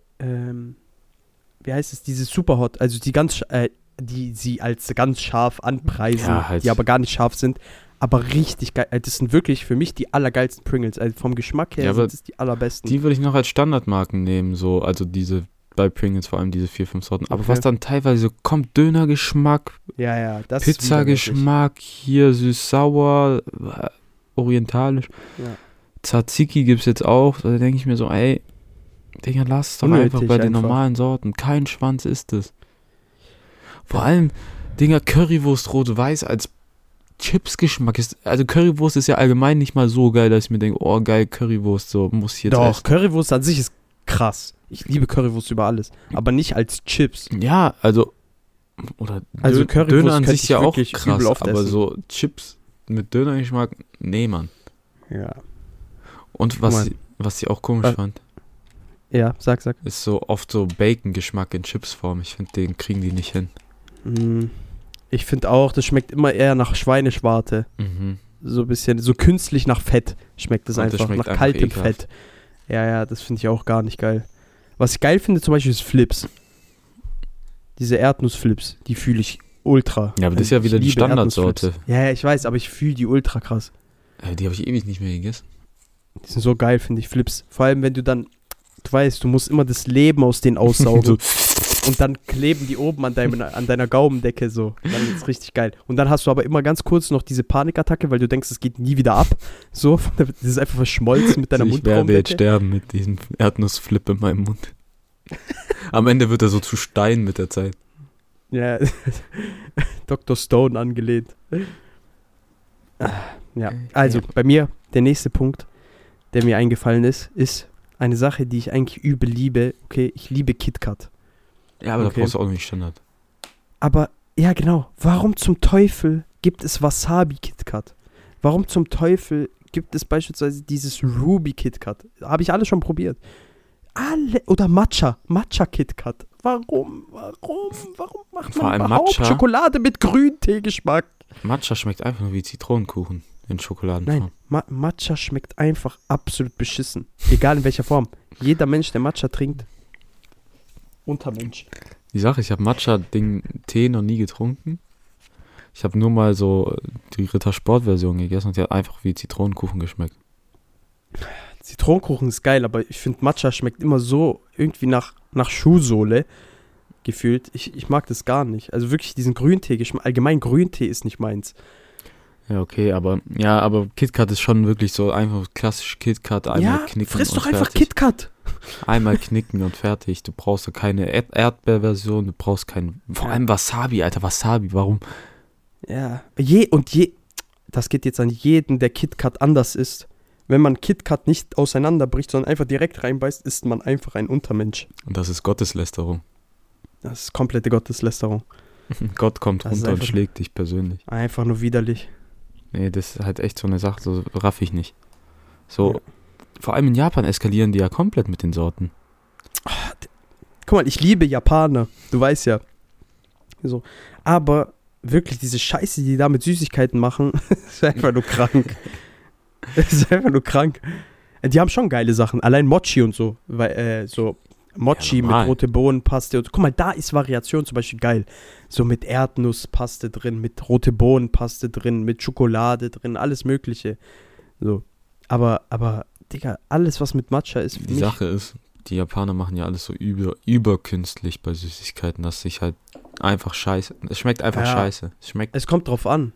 heißt es, diese Superhot, also die sie als ganz scharf anpreisen, die aber gar nicht scharf sind, aber richtig geil. Das sind wirklich für mich die allergeilsten Pringles. Also vom Geschmack her sind es die allerbesten. Die würde ich noch als Standardmarken nehmen, so, also diese bei Pringles vor allem diese 4-5 Sorten. Aber was dann teilweise kommt, Dönergeschmack, das Pizzageschmack, hier süß-sauer, orientalisch. Ja. Tzatziki gibt es jetzt auch. Da denke ich mir so, ey, Digga, lass es doch einfach bei den normalen Sorten. Kein Schwanz ist es. Vor allem, Digga, Currywurst rot-weiß als Chips-Geschmack ist. Also Currywurst ist ja allgemein nicht mal so geil, dass ich mir denke, oh geil, Currywurst, so muss ich jetzt essen. Doch, Currywurst an sich ist krass. Ich liebe Currywurst über alles. Aber nicht als Chips. Ja, also Currywurst Döner an sich ja auch krass, aber essen. So Chips mit Dönergeschmack, nee, Mann. Ja. Und was ich auch komisch fand. Ja, sag. Ist so oft so Bacon-Geschmack in Chipsform. Ich finde, den kriegen die nicht hin. Ich finde auch, das schmeckt immer eher nach Schweineschwarte. Mhm. So ein bisschen, so künstlich nach Fett schmeckt es einfach. Nach kaltem Fett. Ja, das finde ich auch gar nicht geil. Was ich geil finde zum Beispiel ist Flips. Diese Erdnussflips, die fühle ich ultra. Ja, aber das ist ja wieder die Standardsorte. Ja, ich weiß, aber ich fühle die ultra krass. Die habe ich ewig nicht mehr gegessen. Die sind so geil, finde ich, Flips. Vor allem, wenn du dann, du weißt, du musst immer das Leben aus denen aussaugen. So. Und dann kleben die oben an deiner Gaumendecke so. Dann ist es richtig geil. Und dann hast du aber immer ganz kurz noch diese Panikattacke, weil du denkst, es geht nie wieder ab. So, das ist einfach verschmolzen mit deiner Mundraumdecke. Ich werde jetzt sterben mit diesem Erdnussflip in meinem Mund. Am Ende wird er so zu Stein mit der Zeit. Ja, Dr. Stone angelehnt. Ja, also bei mir, der nächste Punkt, der mir eingefallen ist eine Sache, die ich eigentlich übel liebe. Okay, ich liebe KitKat. Ja, aber da brauchst du auch nicht Standard. Aber, ja genau, warum zum Teufel gibt es Wasabi KitKat? Warum zum Teufel gibt es beispielsweise dieses Ruby KitKat? Habe ich alle schon probiert. Oder Matcha KitKat. Warum macht Vor man allem überhaupt Matcha. Schokolade mit Grüntee-Geschmack? Matcha schmeckt einfach nur wie Zitronenkuchen in Schokoladenform. Nein, Matcha schmeckt einfach absolut beschissen. Egal in welcher Form. Jeder Mensch, der Matcha trinkt, Untermensch. Die Sache, ich habe Matcha-Tee noch nie getrunken. Ich habe nur mal so die Ritter-Sport-Version gegessen und die hat einfach wie Zitronenkuchen geschmeckt. Zitronenkuchen ist geil, aber ich finde Matcha schmeckt immer so irgendwie nach Schuhsohle gefühlt. Ich mag das gar nicht. Also wirklich diesen Grüntee-Geschmack. Allgemein Grüntee ist nicht meins. Ja, okay, aber KitKat ist schon wirklich so einfach klassisch KitKat, einmal knicken friss und doch einfach fertig. KitKat. Einmal knicken und fertig. Du brauchst da keine Erdbeerversion, du brauchst vor allem Wasabi, Alter, Wasabi, warum? Ja, das geht jetzt an jeden, der KitKat anders ist. Wenn man KitKat nicht auseinanderbricht, sondern einfach direkt reinbeißt, ist man einfach ein Untermensch. Und das ist Gotteslästerung. Das ist komplette Gotteslästerung. Gott kommt Das ist runter und einfach- schlägt dich persönlich. Einfach nur widerlich. Nee, das ist halt echt so eine Sache, so raff ich nicht. So, Ja. vor allem in Japan eskalieren die ja komplett mit den Sorten. Guck mal, ich liebe Japaner, du weißt ja. So. Aber wirklich, diese Scheiße, die da mit Süßigkeiten machen, ist einfach nur krank. Ist einfach nur krank. Die haben schon geile Sachen, allein Mochi und so. Weil, so Mochi Ja, mit normal. rote Bohnenpaste und so. Guck mal, da ist Variation zum Beispiel geil. So mit Erdnusspaste drin, mit rote Bohnenpaste drin, mit Schokolade drin, alles mögliche. So. Aber, Digga, alles, was mit Matcha ist, für Die mich, Sache ist, die Japaner machen ja alles so überkünstlich bei Süßigkeiten, dass sich halt einfach scheiße. Es schmeckt einfach Ja. scheiße. Es schmeckt. es kommt drauf an.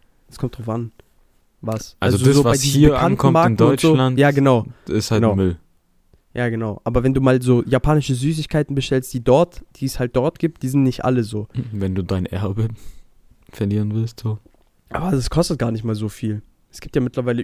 Was? Also das, so was bei diesen hier bekannten ankommt in Marken und Deutschland, So. Ja, genau. ist halt Genau. Müll. Ja, genau. Aber wenn du mal so japanische Süßigkeiten bestellst, die es halt dort gibt, die sind nicht alle so. Wenn du dein Erbe verlieren willst, so. Aber das kostet gar nicht mal so viel. Es gibt ja mittlerweile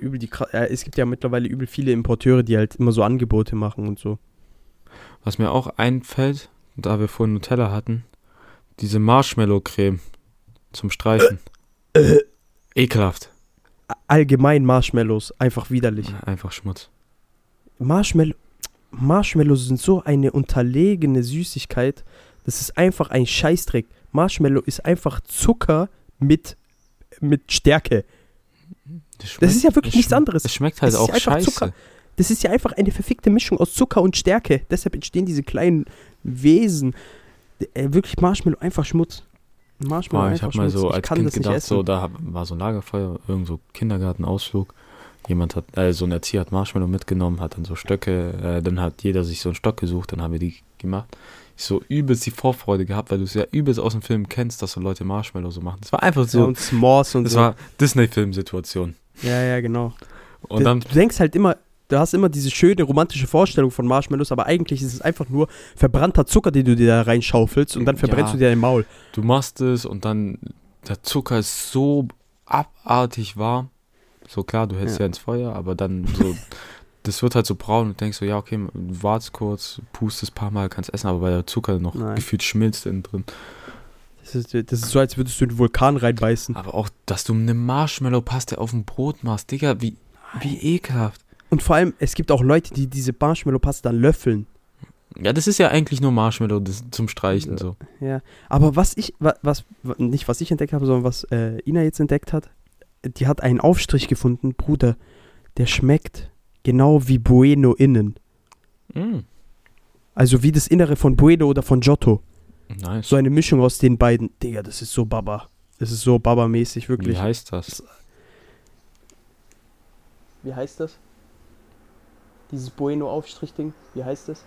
übel viele Importeure, die halt immer so Angebote machen und so. Was mir auch einfällt, da wir vorhin Nutella hatten, diese Marshmallow-Creme zum Streichen. Ekelhaft. Allgemein Marshmallows, einfach widerlich. Einfach Schmutz. Marshmallows sind so eine unterlegene Süßigkeit. Das ist einfach ein Scheißdreck. Marshmallow ist einfach Zucker mit Stärke. Das ist ja wirklich nichts anderes. Es schmeckt halt Es ist auch einfach scheiße. Zucker. Das ist ja einfach eine verfickte Mischung aus Zucker und Stärke. Deshalb entstehen diese kleinen Wesen. Wirklich Marshmallow, einfach Schmutz. Marshmallow, Ich einfach habe mal Schmutz. so Ich als kann Kind das nicht gedacht, essen. so da war so ein Lagerfeuer, irgend so Kindergartenausflug. Jemand hat, so ein Erzieher hat Marshmallow mitgenommen, hat dann so Stöcke, dann hat jeder sich so einen Stock gesucht, dann haben wir die gemacht. Ich so übelst die Vorfreude gehabt, weil du es ja übelst aus dem Film kennst, dass so Leute Marshmallow so machen. Das war einfach Ja, so, und S'mores und das so. war Disney-Film-Situation. Ja, genau. Und dann, Du denkst halt immer, du hast immer diese schöne romantische Vorstellung von Marshmallows, aber eigentlich ist es einfach nur verbrannter Zucker, den du dir da reinschaufelst und dann verbrennst Ja. du dir dein Maul. du machst es und dann, der Zucker ist so abartig warm. So klar, du hältst ja ins Feuer, aber dann so, das wird halt so braun und denkst so, ja okay, wart's kurz, pustest ein paar Mal, kannst essen, aber weil der Zucker noch Nein. gefühlt schmilzt innen drin. Das ist so, als würdest du in den Vulkan reinbeißen. Aber auch, dass du eine Marshmallow-Paste auf dem Brot machst, Digga, wie ekelhaft. Und vor allem, es gibt auch Leute, die diese Marshmallow-Paste dann löffeln. Ja, das ist ja eigentlich nur Marshmallow zum Streichen Ja. so. Ja, aber nicht was ich entdeckt habe, sondern was Ina jetzt entdeckt hat, die hat einen Aufstrich gefunden, Bruder, der schmeckt genau wie Bueno innen. Mm. Also wie das Innere von Bueno oder von Giotto. Nice. So eine Mischung aus den beiden. Digga, das ist so Baba. Das ist so Baba-mäßig, wirklich. Wie heißt das? Wie heißt das? Dieses Bueno-Aufstrich-Ding, wie heißt das?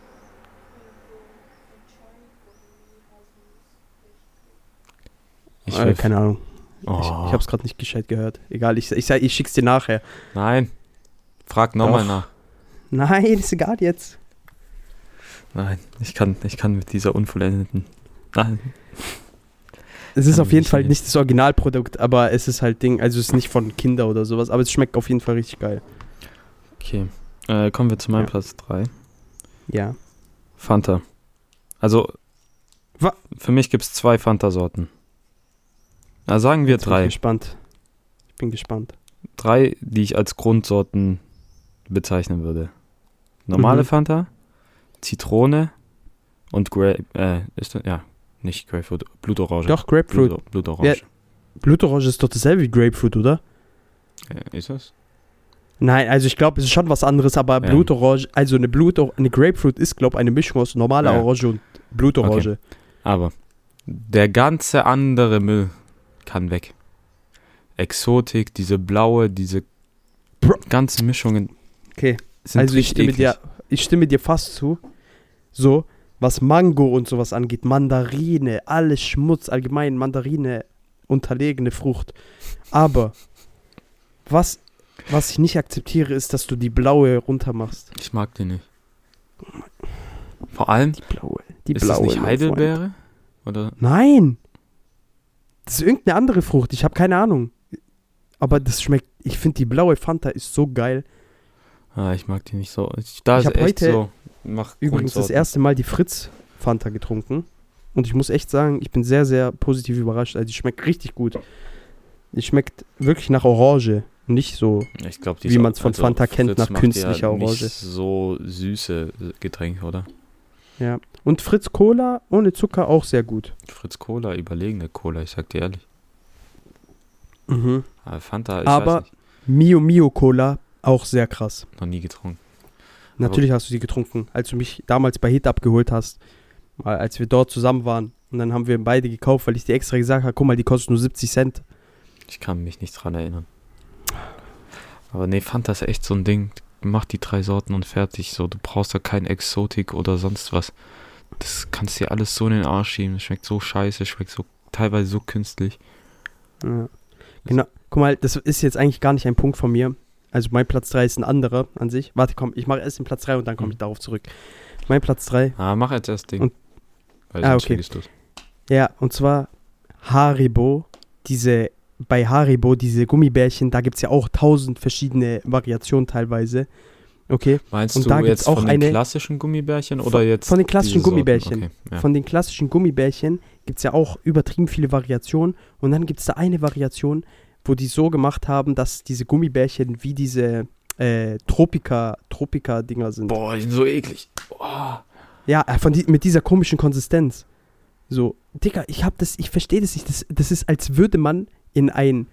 Keine Ahnung. Oh. Ich hab's gerade nicht gescheit gehört. Egal, ich schick's dir nachher. Nein. Frag nochmal Doch. nach. Nein, ist egal jetzt. Nein, ich kann mit dieser unvollendeten. Nein. Es ist Kann auf jeden nicht Fall sein. nicht das Originalprodukt, aber es ist halt Ding, also es ist nicht von Kinder oder sowas, aber es schmeckt auf jeden Fall richtig geil. Okay. Kommen wir zu meinem Ja. Platz 3. Ja. Fanta. Also, für mich gibt es 2 Fanta-Sorten. Na, sagen wir Jetzt bin ich 3. gespannt. Ich bin gespannt. 3, die ich als Grundsorten bezeichnen würde. Normale Mhm. Fanta, Zitrone Und ist das, ja, nicht Grapefruit, Blutorange. Doch, Grapefruit. Blutorange. Ja. Blutorange ist doch dasselbe wie Grapefruit, oder? Ist das? Nein, also ich glaube, es ist schon was anderes, aber Blutorange, also eine Grapefruit ist, glaube ich, eine Mischung aus normaler Orange und Blutorange. Okay. Aber der ganze andere Müll kann weg. Exotik, diese blaue, diese ganzen Mischungen okay. sind Also ich stimme dir fast zu. So, was Mango und sowas angeht, Mandarine, alles Schmutz, allgemein Mandarine, unterlegene Frucht. Aber was ich nicht akzeptiere, ist, dass du die blaue runter machst. Ich mag die nicht. Vor allem, die ist blaue. Das nicht Heidelbeere? Oder? Nein! Das ist irgendeine andere Frucht, ich habe keine Ahnung. Aber das schmeckt, ich finde die blaue Fanta ist so geil. Ich mag die nicht so. Ich habe heute so, übrigens das erste Mal die Fritz Fanta getrunken. Und ich muss echt sagen, ich bin sehr, sehr positiv überrascht. Also die schmeckt richtig gut. Die schmeckt wirklich nach Orange. Nicht so, ich glaub, wie man es von Fanta kennt, nach künstlicher Orange. Nicht so süße Getränke, oder? Ja. Und Fritz Cola ohne Zucker auch sehr gut. Fritz Cola, überlegene Cola, ich sag dir ehrlich. Mhm. Fanta, ich aber weiß nicht. Mio Mio Cola auch sehr krass. Noch nie getrunken. Natürlich hast du sie getrunken, als du mich damals bei Hit abgeholt hast, als wir dort zusammen waren. Und dann haben wir beide gekauft, weil ich dir extra gesagt habe, guck mal, die kostet nur 70 Cent. Ich kann mich nicht dran erinnern. Aber nee, Fanta ist echt so ein Ding. Mach die 3 Sorten und fertig. So, du brauchst da kein Exotik oder sonst was. Das kannst dir alles so in den Arsch schieben. Das schmeckt so scheiße, schmeckt so teilweise so künstlich. Ja. Genau, guck mal, das ist jetzt eigentlich gar nicht ein Punkt von mir. Also mein Platz 3 ist ein anderer an sich. Warte, komm, ich mache erst den Platz 3 und dann komme ich darauf zurück. Mein Platz 3. Mach jetzt erst Ding. Und, weil sonst okay. vergisst du's. Ja, und zwar Haribo. Bei Haribo, diese Gummibärchen, da gibt es ja auch 1000 verschiedene Variationen teilweise. Okay. Meinst und du da jetzt auch von den klassischen Gummibärchen oder jetzt? Von den klassischen Gummibärchen. Okay, ja. Von den klassischen Gummibärchen gibt es ja auch übertrieben viele Variationen. Und dann gibt es da eine Variation, wo die so gemacht haben, dass diese Gummibärchen wie diese Tropika-Dinger sind. Boah, die sind so eklig. Boah. Ja, mit dieser komischen Konsistenz. So, Digga, ich verstehe das nicht. Das ist, als würde man in einen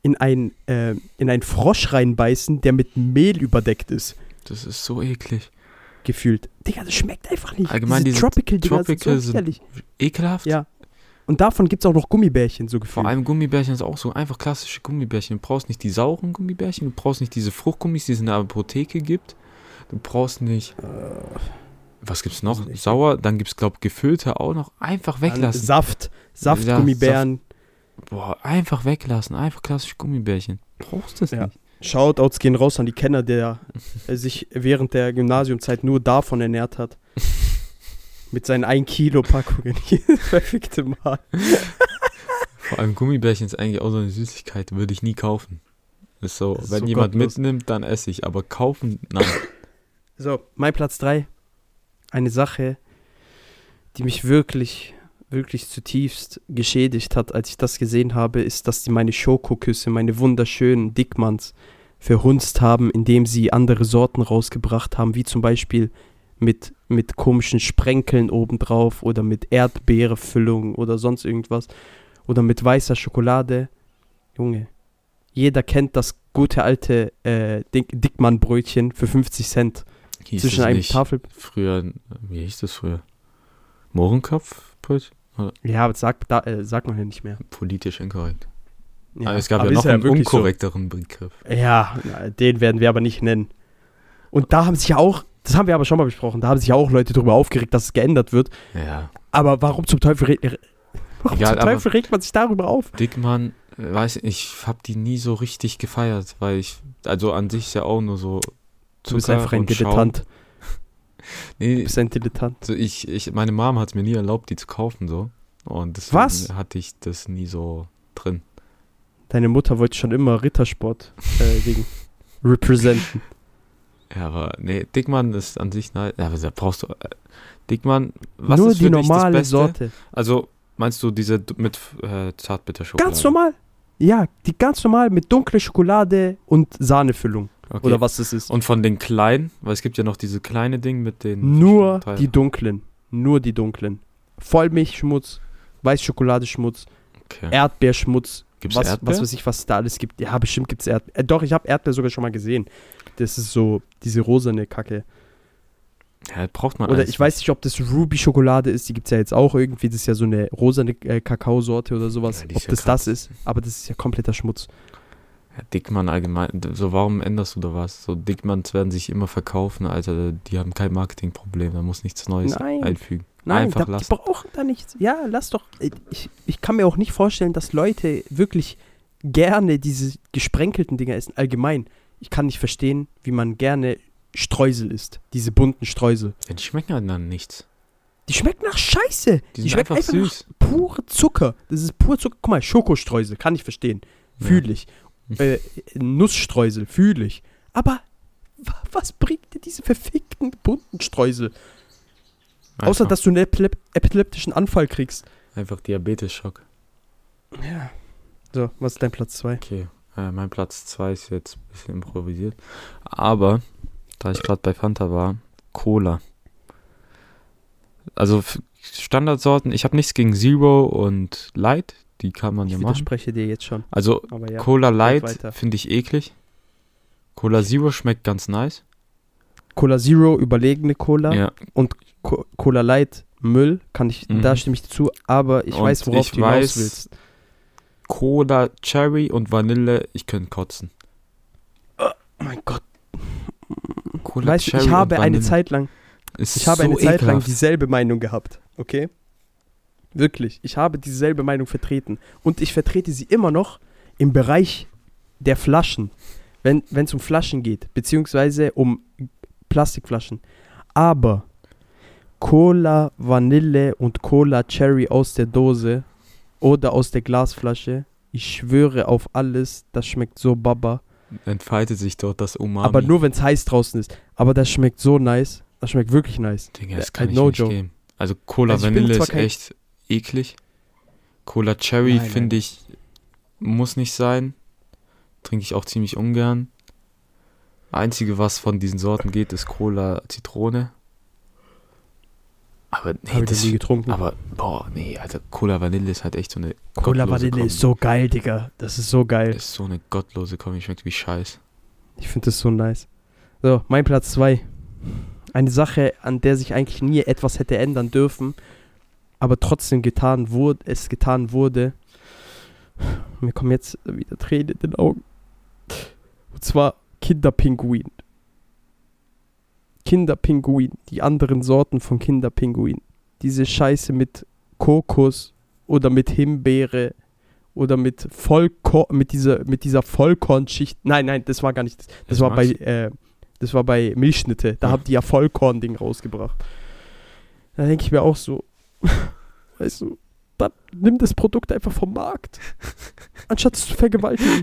Frosch reinbeißen, der mit Mehl überdeckt ist. Das ist so eklig. Gefühlt. Digga, das schmeckt einfach nicht. Allgemein diese Tropical-Dinger sind so ekelhaft. Ja. Und davon gibt es auch noch Gummibärchen, so gefühlt. Vor allem Gummibärchen ist auch so einfach klassische Gummibärchen. Du brauchst nicht die sauren Gummibärchen, du brauchst nicht diese Fruchtgummis, die es in der Apotheke gibt. Du brauchst nicht... Was gibt's noch? Sauer, dann gibt's, glaube ich, gefüllte auch noch. Einfach weglassen. Saftgummibären. Boah, einfach weglassen. Einfach klassische Gummibärchen. Brauchst du das nicht. Shoutouts gehen raus an die Kenner, der sich während der Gymnasiumzeit nur davon ernährt hat. Mit seinen 1 Kilo Packungen. Jedes verfickte Mal. Vor allem Gummibärchen ist eigentlich auch so eine Süßigkeit, würde ich nie kaufen. Ist so, wenn so jemand gottlos. mitnimmt, dann esse ich, aber kaufen, nein. So, mein Platz 3. Eine Sache, die mich wirklich, wirklich zutiefst geschädigt hat, als ich das gesehen habe, ist, dass die meine Schokoküsse, meine wunderschönen Dickmanns verhunzt haben, indem sie andere Sorten rausgebracht haben, wie zum Beispiel mit komischen Sprenkeln obendrauf oder mit Erdbeerfüllung oder sonst irgendwas oder mit weißer Schokolade. Junge, jeder kennt das gute alte Dickmann-Brötchen für 50 Cent. Hieß zwischen es einem nicht Tafel... Früher, wie hieß das früher? Mohrenkopfbrötchen? Ja, aber sagt man ja nicht mehr. Politisch inkorrekt. Ja, aber es gab aber ja noch ist einen wirklich unkorrekteren Begriff. Ja, den werden wir aber nicht nennen. Und da haben sich ja auch, das haben wir aber schon mal besprochen, da haben sich ja auch Leute darüber aufgeregt, dass es geändert wird. Ja. Aber warum zum Teufel regt man sich darüber auf? Dickmann, ich habe die nie so richtig gefeiert, weil also an sich ist ja auch nur so Du bist einfach ein Dilettant. Nee, du bist ein Dilettant. Also meine Mom hat es mir nie erlaubt, die zu kaufen, so. Und deswegen hatte ich das nie so drin. Deine Mutter wollte schon immer Rittersport representen. Ja, aber nee, Dickmann ist an sich nice. Ja, aber da brauchst du Dickmann, was nur ist für die dich normale das Beste? Sorte. Also, meinst du diese mit Zartbitterschokolade? Ganz normal. Ja, die ganz normal mit dunkler Schokolade und Sahnefüllung. Okay. Oder was das ist. Und von den kleinen, weil es gibt ja noch diese kleine Ding mit den... Nur die dunklen. Nur die dunklen. Vollmilchschmutz, Weißschokoladeschmutz, Okay. Erdbeerschmutz. Gibt's Was Erdbeer? weiß ich, was es da alles gibt. Ja, bestimmt gibt es Erdbeer. Doch, ich habe Erdbeer sogar schon mal gesehen. Das ist so diese rosane Kacke. Ja, braucht man Oder alles ich weiß nicht, ob das Ruby-Schokolade ist. Die gibt es ja jetzt auch irgendwie. Das ist ja so eine rosane Kakaosorte oder sowas. Ja, die ob ist ja das krass. ist. Aber das ist ja kompletter Schmutz. Ja, Dickmann allgemein. So, warum änderst du da was? So, Dickmanns werden sich immer verkaufen, Alter. Die haben kein Marketingproblem. Da muss nichts Neues Nein. einfügen. Nein, Einfach die lassen. brauchen da nichts. Ja, lass doch. Ich kann mir auch nicht vorstellen, dass Leute wirklich gerne diese gesprenkelten Dinger essen. Allgemein. Ich kann nicht verstehen, wie man gerne Streusel isst. Diese bunten Streusel. Ja, die schmecken halt dann nichts. Die schmecken nach Scheiße. Die Die sind schmecken einfach süß. nach pure Zucker. Das ist pur Zucker. Guck mal, Schokostreusel, kann ich verstehen. Fühle ich. Nussstreusel, fühle ich. Aber was bringt dir diese verfickten bunten Streusel? Außer, dass du einen epileptischen Anfall kriegst. Einfach Diabetes-Schock. Ja. So, was ist dein Platz 2? Okay, mein Platz 2 ist jetzt ein bisschen improvisiert. Aber, da ich gerade bei Fanta war, Cola. Also Standardsorten, ich habe nichts gegen Zero und Light, die kann man Ich ja machen. widerspreche dir jetzt schon. Also Aber ja. Cola Light weiter. finde ich eklig. Cola Zero schmeckt ganz nice. Cola Zero, überlegene Cola. Ja, Und Cola Light, Müll. Da stimme ich dir zu. Aber ich Und weiß, worauf ich du hinaus weiß- willst. Cola Cherry und Vanille, ich könnte kotzen. Oh mein Gott. Cola Weißt du, Cherry ich habe und eine Vanille Zeit lang ist Ich habe so eine Zeit lang ekelhaft. dieselbe Meinung gehabt, okay? Wirklich, ich habe dieselbe Meinung vertreten. Und ich vertrete sie immer noch im Bereich der Flaschen, wenn es um Flaschen geht, beziehungsweise um Plastikflaschen. Aber Cola Vanille und Cola Cherry aus der Dose oder aus der Glasflasche, ich schwöre auf alles, das schmeckt so baba. Entfaltet sich dort das Umami. Aber nur, wenn es heiß draußen ist. Aber das schmeckt so nice. Das schmeckt wirklich nice. Digga, das kann ich no nicht joke. geben. Also Cola Also ich bin Vanille zwar ist kein- echt eklig. Cola Cherry Nein, finde ich, muss nicht sein. Trinke ich auch ziemlich ungern. Einzige, was von diesen Sorten geht, ist Cola Zitrone. Aber nee, Habe ich noch nie getrunken. aber boah, nee, Alter, Cola Vanille ist halt echt so eine Cola gottlose Vanille Kombi. ist so geil, Digga. Das ist so geil. Ist so eine gottlose Kombi, schmeckt wie Scheiß. Ich finde das so nice. So, mein Platz 2. Eine Sache, an der sich eigentlich nie etwas hätte ändern dürfen, aber trotzdem getan wurde. Mir kommen jetzt wieder Tränen in den Augen. Und zwar Kinderpinguin. Kinderpinguin. Die anderen Sorten von Kinderpinguin. Diese Scheiße mit Kokos oder mit Himbeere oder mit dieser Vollkornschicht. Nein, das war gar nicht. Das war bei Milchschnitte. Da Ja. haben die ja Vollkorn-Ding rausgebracht. Da denke ich mir auch so, weißt du, dann nimm das Produkt einfach vom Markt. Anstatt es zu vergewaltigen.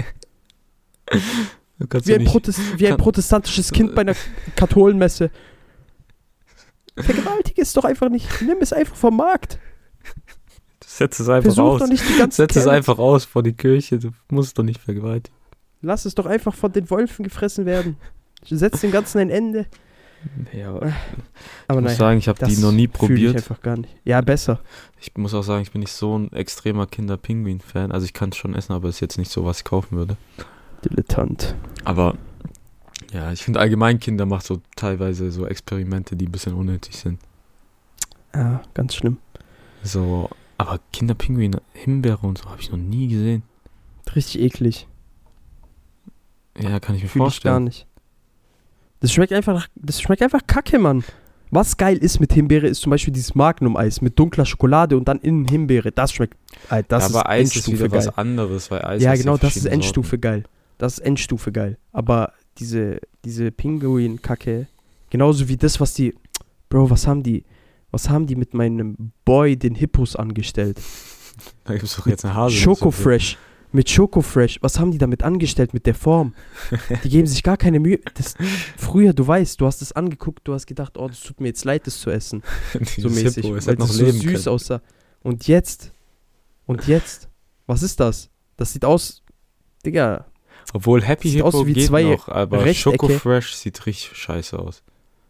Du kannst Wie ja ein, nicht, wie ein protestantisches Kind bei einer Katholenmesse. Vergewaltige es doch einfach nicht. Nimm es einfach vom Markt. setz es einfach Versuch aus. doch nicht die ganzen Setz es Kerle- einfach aus vor die Kirche, du musst es doch nicht vergewaltigen. Lass es doch einfach von den Wolfen gefressen werden. Setz dem Ganzen ein Ende. Nee, aber Aber ich muss nein, sagen, ich habe die das noch nie fühle probiert. ich einfach gar nicht. Ja, besser. Ich muss auch sagen, ich bin nicht so ein extremer Kinder-Pinguin-Fan. Also ich kann es schon essen, aber es ist jetzt nicht so, was ich kaufen würde. Dilettant. Aber ja, ich finde allgemein Kinder macht so teilweise so Experimente, die ein bisschen unnötig sind. Ja, ganz schlimm. So, aber Kinder-Pinguin, Himbeere und so habe ich noch nie gesehen. Richtig eklig. Ja, kann ich mir Fühle ich gar vorstellen. nicht. Das schmeckt einfach kacke, Mann. Was geil ist mit Himbeere, ist zum Beispiel dieses Magnum-Eis mit dunkler Schokolade und dann innen Himbeere. Das schmeckt, das ist aber Eis ist Endstufe wieder geil. was anderes, weil Eis Ja, hast genau, das ist verschiedene Endstufe Sorten. geil. Das ist Endstufe geil. Aber diese Pinguin-Kacke, genauso wie das, was die, Bro, was haben die mit meinem Boy, den Hippos, angestellt? Da gibt es doch jetzt eine Hase. Schokofresh. Mit Schokofresh. Was haben die damit angestellt mit der Form? Die geben sich gar keine Mühe. Früher, du weißt, du hast es angeguckt, du hast gedacht, oh, das tut mir jetzt leid, das zu essen. So mäßig. Hippo, es Weil hätte noch das so leben süß können. aussah. Und jetzt, was ist das? Das sieht aus, Digga, Obwohl Happy Sieht aus Hippo wie geht zwei noch, aber Rechtecke. Schokofresh sieht richtig scheiße aus.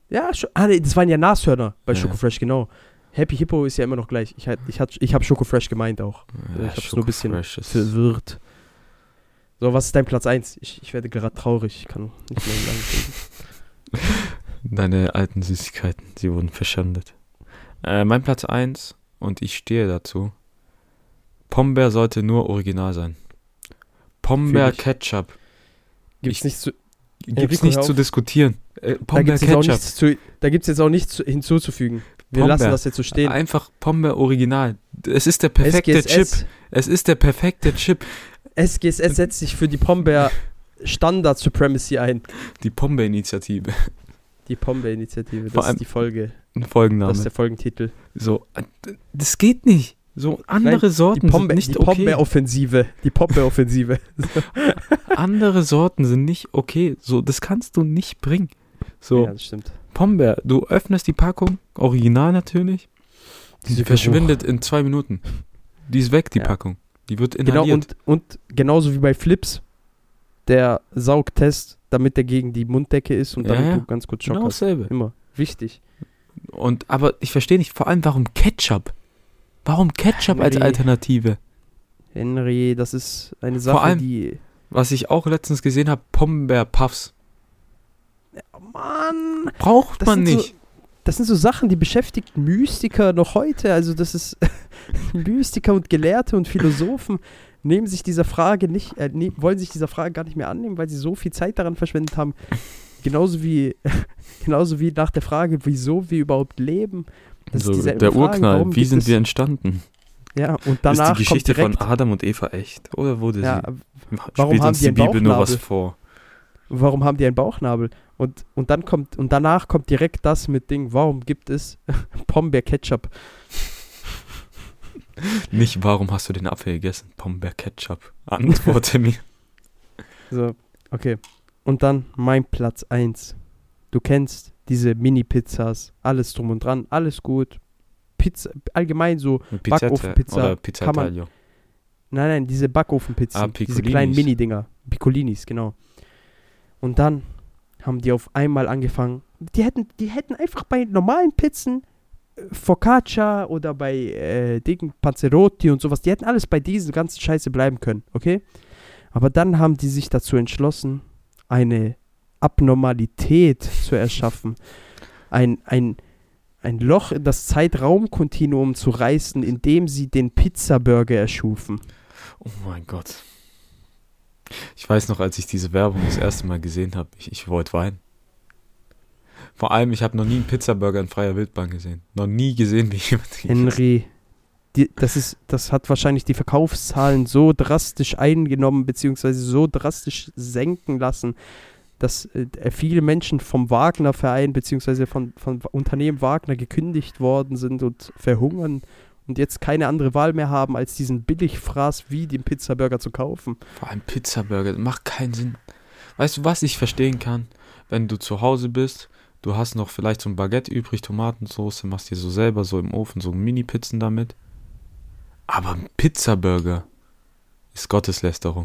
Ja, nee, das waren ja Nashörner bei Ja. Schokofresh, genau. Happy Hippo ist ja immer noch gleich. Ich habe Schokofresh gemeint auch. Ja, Ich habe es nur ein bisschen Schokofresh ist- verwirrt. So, was ist dein Platz 1? Ich werde gerade traurig. Ich kann nicht mehr lange reden. Deine alten Süßigkeiten, sie wurden verschandelt. Mein Platz 1, und ich stehe dazu. Pombeer sollte nur original sein. Pombeer Fühl ich. Ketchup. Gibt's nichts zu, Gibt's Enrico, nicht hör zu auf. diskutieren. da Pombeer gibt es jetzt auch Ketchup. nichts hinzuzufügen. Wir Pombeer. lassen das jetzt so stehen. Einfach Pombeer original. Es ist der perfekte Chip. Es ist der perfekte Chip. SGSS setzt sich für die Pombeer Standard Supremacy ein. Die Pombeer-Initiative. Die Pombeer-Initiative, Vor das allem- ist die Folge. Ein Folgenname. Das ist der Folgentitel. So, das geht nicht. So, andere Nein, Sorten die Pombeer, sind nicht die okay. Pombeer-Offensive. Die Pombeer-Offensive. Andere Sorten sind nicht okay. So, das kannst du nicht bringen. So, Ja, das stimmt. Pombeer, du öffnest die Packung, original natürlich, die Diese verschwindet in 2 Minuten. Die ist weg, die Ja. Packung. Die wird Genau, inhaliert. und genauso wie bei Flips, der Saugtest, damit der gegen die Munddecke ist und Ja, damit ja. du ganz gut Schock Genau hast. dasselbe. Immer. Wichtig. Aber ich verstehe nicht, vor allem warum Ketchup? Warum Ketchup als Nee. Alternative? Henry, das ist eine Sache, allem- die... Was ich auch letztens gesehen habe, Pombeer Puffs. Oh Mann! Braucht Das man sind nicht. Das sind so Sachen, die beschäftigt Mystiker noch heute. Also das ist Mystiker und Gelehrte und Philosophen nehmen sich dieser Frage nicht, wollen sich dieser Frage gar nicht mehr annehmen, weil sie so viel Zeit daran verschwendet haben. Genauso wie nach der Frage, wieso wir überhaupt leben. Das So, ist dieselbe der Frage, Urknall, warum wie gibt sind es- wir entstanden? Ja, und danach ist die Geschichte kommt direkt, von Adam und Eva echt? Oder wurde ja, sie? warum Spielt haben uns die die einen Bibel nur was Bauchnabel? vor? warum haben die einen Bauchnabel? Und danach kommt direkt das mit Ding, warum gibt es Pombeer Ketchup? Nicht, warum hast du den Apfel gegessen? Pombeer Ketchup. Antworte mir. So, okay. Und dann mein Platz 1. Du kennst diese Mini-Pizzas, alles drum und dran, alles gut. Pizza, allgemein so, Backofenpizza Oder Pizza kann man- Taglio. nein, diese Backofenpizzen, diese Piccolinis. kleinen Mini-Dinger, Piccolinis, genau. Und dann haben die auf einmal angefangen, die hätten einfach bei normalen Pizzen, Focaccia oder bei Panzerotti und sowas, die hätten alles bei diesen ganzen Scheiße bleiben können, okay? Aber dann haben die sich dazu entschlossen, eine Abnormalität zu erschaffen. Ein Loch in das Zeitraumkontinuum zu reißen, indem sie den Pizza-Burger erschufen. Oh mein Gott. Ich weiß noch, als ich diese Werbung das erste Mal gesehen habe, ich wollte weinen. Vor allem, ich habe noch nie einen Pizzaburger in freier Wildbahn gesehen. Noch nie gesehen, wie jemand den Henry, das hat wahrscheinlich die Verkaufszahlen so drastisch eingenommen, beziehungsweise so drastisch senken lassen, dass viele Menschen vom Wagner-Verein, beziehungsweise von Unternehmen Wagner gekündigt worden sind und verhungern und jetzt keine andere Wahl mehr haben, als diesen Billigfraß wie den Pizzaburger zu kaufen. Vor allem Pizzaburger, das macht keinen Sinn. Weißt du, was ich verstehen kann? Wenn du zu Hause bist, du hast noch vielleicht so ein Baguette übrig, Tomatensauce, machst dir so selber so im Ofen so Mini-Pizzen damit. Aber ein Pizzaburger ist Gotteslästerung.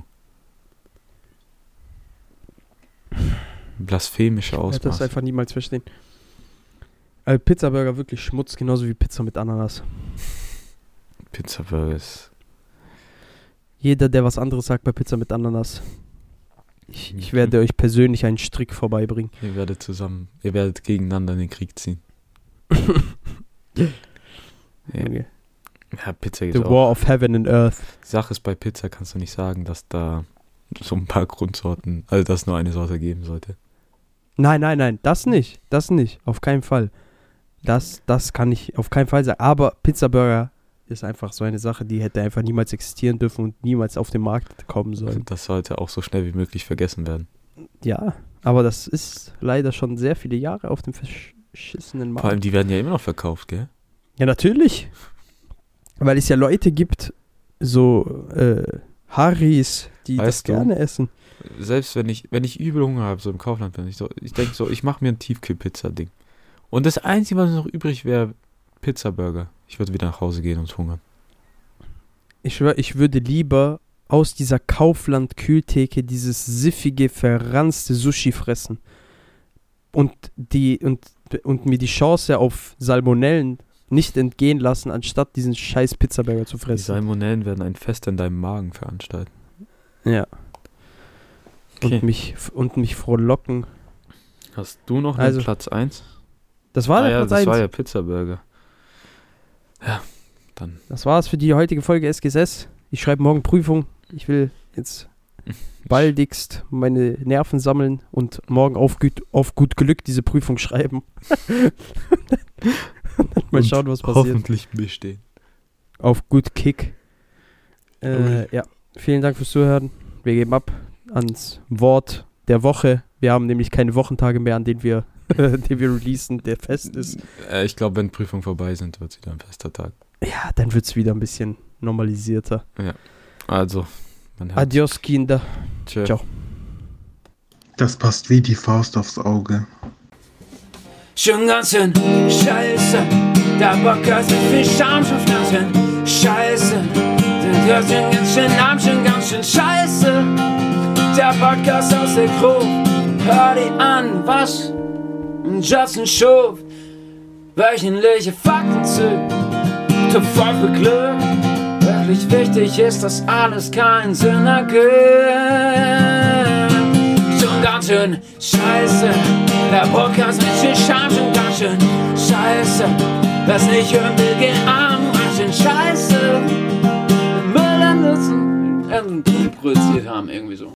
Blasphemische Ich werde das Ausmaße. einfach niemals verstehen. Pizzaburger wirklich Schmutz, genauso wie Pizza mit Ananas. Pizzaburger ist... Jeder, der was anderes sagt bei Pizza mit Ananas, ich werde euch persönlich einen Strick vorbeibringen. Ihr werdet gegeneinander in den Krieg ziehen. Ja. Okay. Ja, Pizza The geht auch. War of Heaven and Earth. Die Sache ist, bei Pizza kannst du nicht sagen, dass da so ein paar Grundsorten, also dass es nur eine Sorte geben sollte. Nein, das nicht. Das nicht. Auf keinen Fall. Das kann ich auf keinen Fall sagen. Aber Pizzaburger ist einfach so eine Sache, die hätte einfach niemals existieren dürfen und niemals auf den Markt kommen sollen. Das sollte auch so schnell wie möglich vergessen werden. Ja, aber das ist leider schon sehr viele Jahre auf dem verschissenen Vor allem, Markt. die werden ja immer noch verkauft, gell? Ja, natürlich. Weil es ja Leute gibt, so Harrys, die das Weißt du? gerne essen. Selbst wenn ich übel Hunger habe, so im Kaufland bin, ich denke so, ich mache mir ein Tiefkühlpizza-Ding. Und das Einzige, was noch übrig wäre, Pizzaburger. Ich würde wieder nach Hause gehen und hungern. Ich schwör, ich würde lieber aus dieser Kaufland-Kühltheke dieses siffige, verranzte Sushi fressen. Und mir die Chance auf Salmonellen nicht entgehen lassen, anstatt diesen scheiß Pizzaburger zu Die fressen. Salmonellen werden ein Fest in deinem Magen veranstalten. Ja. Okay. Und mich frohlocken. Hast du noch einen Platz 1? Das war der ja, Platz das 1. war ja Pizzaburger. Ja, dann. Das war's für die heutige Folge SGSS. Ich schreibe morgen Prüfung. Ich will jetzt baldigst meine Nerven sammeln und morgen auf gut Glück diese Prüfung schreiben. Mal schauen, was passiert. Hoffentlich bestehen. Auf gut Kick. Ja, vielen Dank fürs Zuhören. Wir geben ab ans Wort der Woche. Wir haben nämlich keine Wochentage mehr, an denen wir releasen, der fest ist. Ich glaube, wenn Prüfungen vorbei sind, wird es wieder ein fester Tag. Ja, dann wird es wieder ein bisschen normalisierter. Ja, also. Adios, Kinder. Tschö. Ciao. Das passt wie die Faust aufs Auge. Schon ganz schön scheiße, der Bock hat mit viel Scham, schon ganz schön scheiße. Der hört schon ganz schön Namen, schon ganz schön scheiße. Der Podcast aus der Crew, hör die an, was Justin schuf. Wöchentliche Fakten zu voll für Glück. Wirklich wichtig ist, dass alles keinen Sinn ergibt. Schon ganz schön scheiße, der Podcast mit viel Scham, schon ganz schön scheiße. Wer's nicht hören will, geh arm.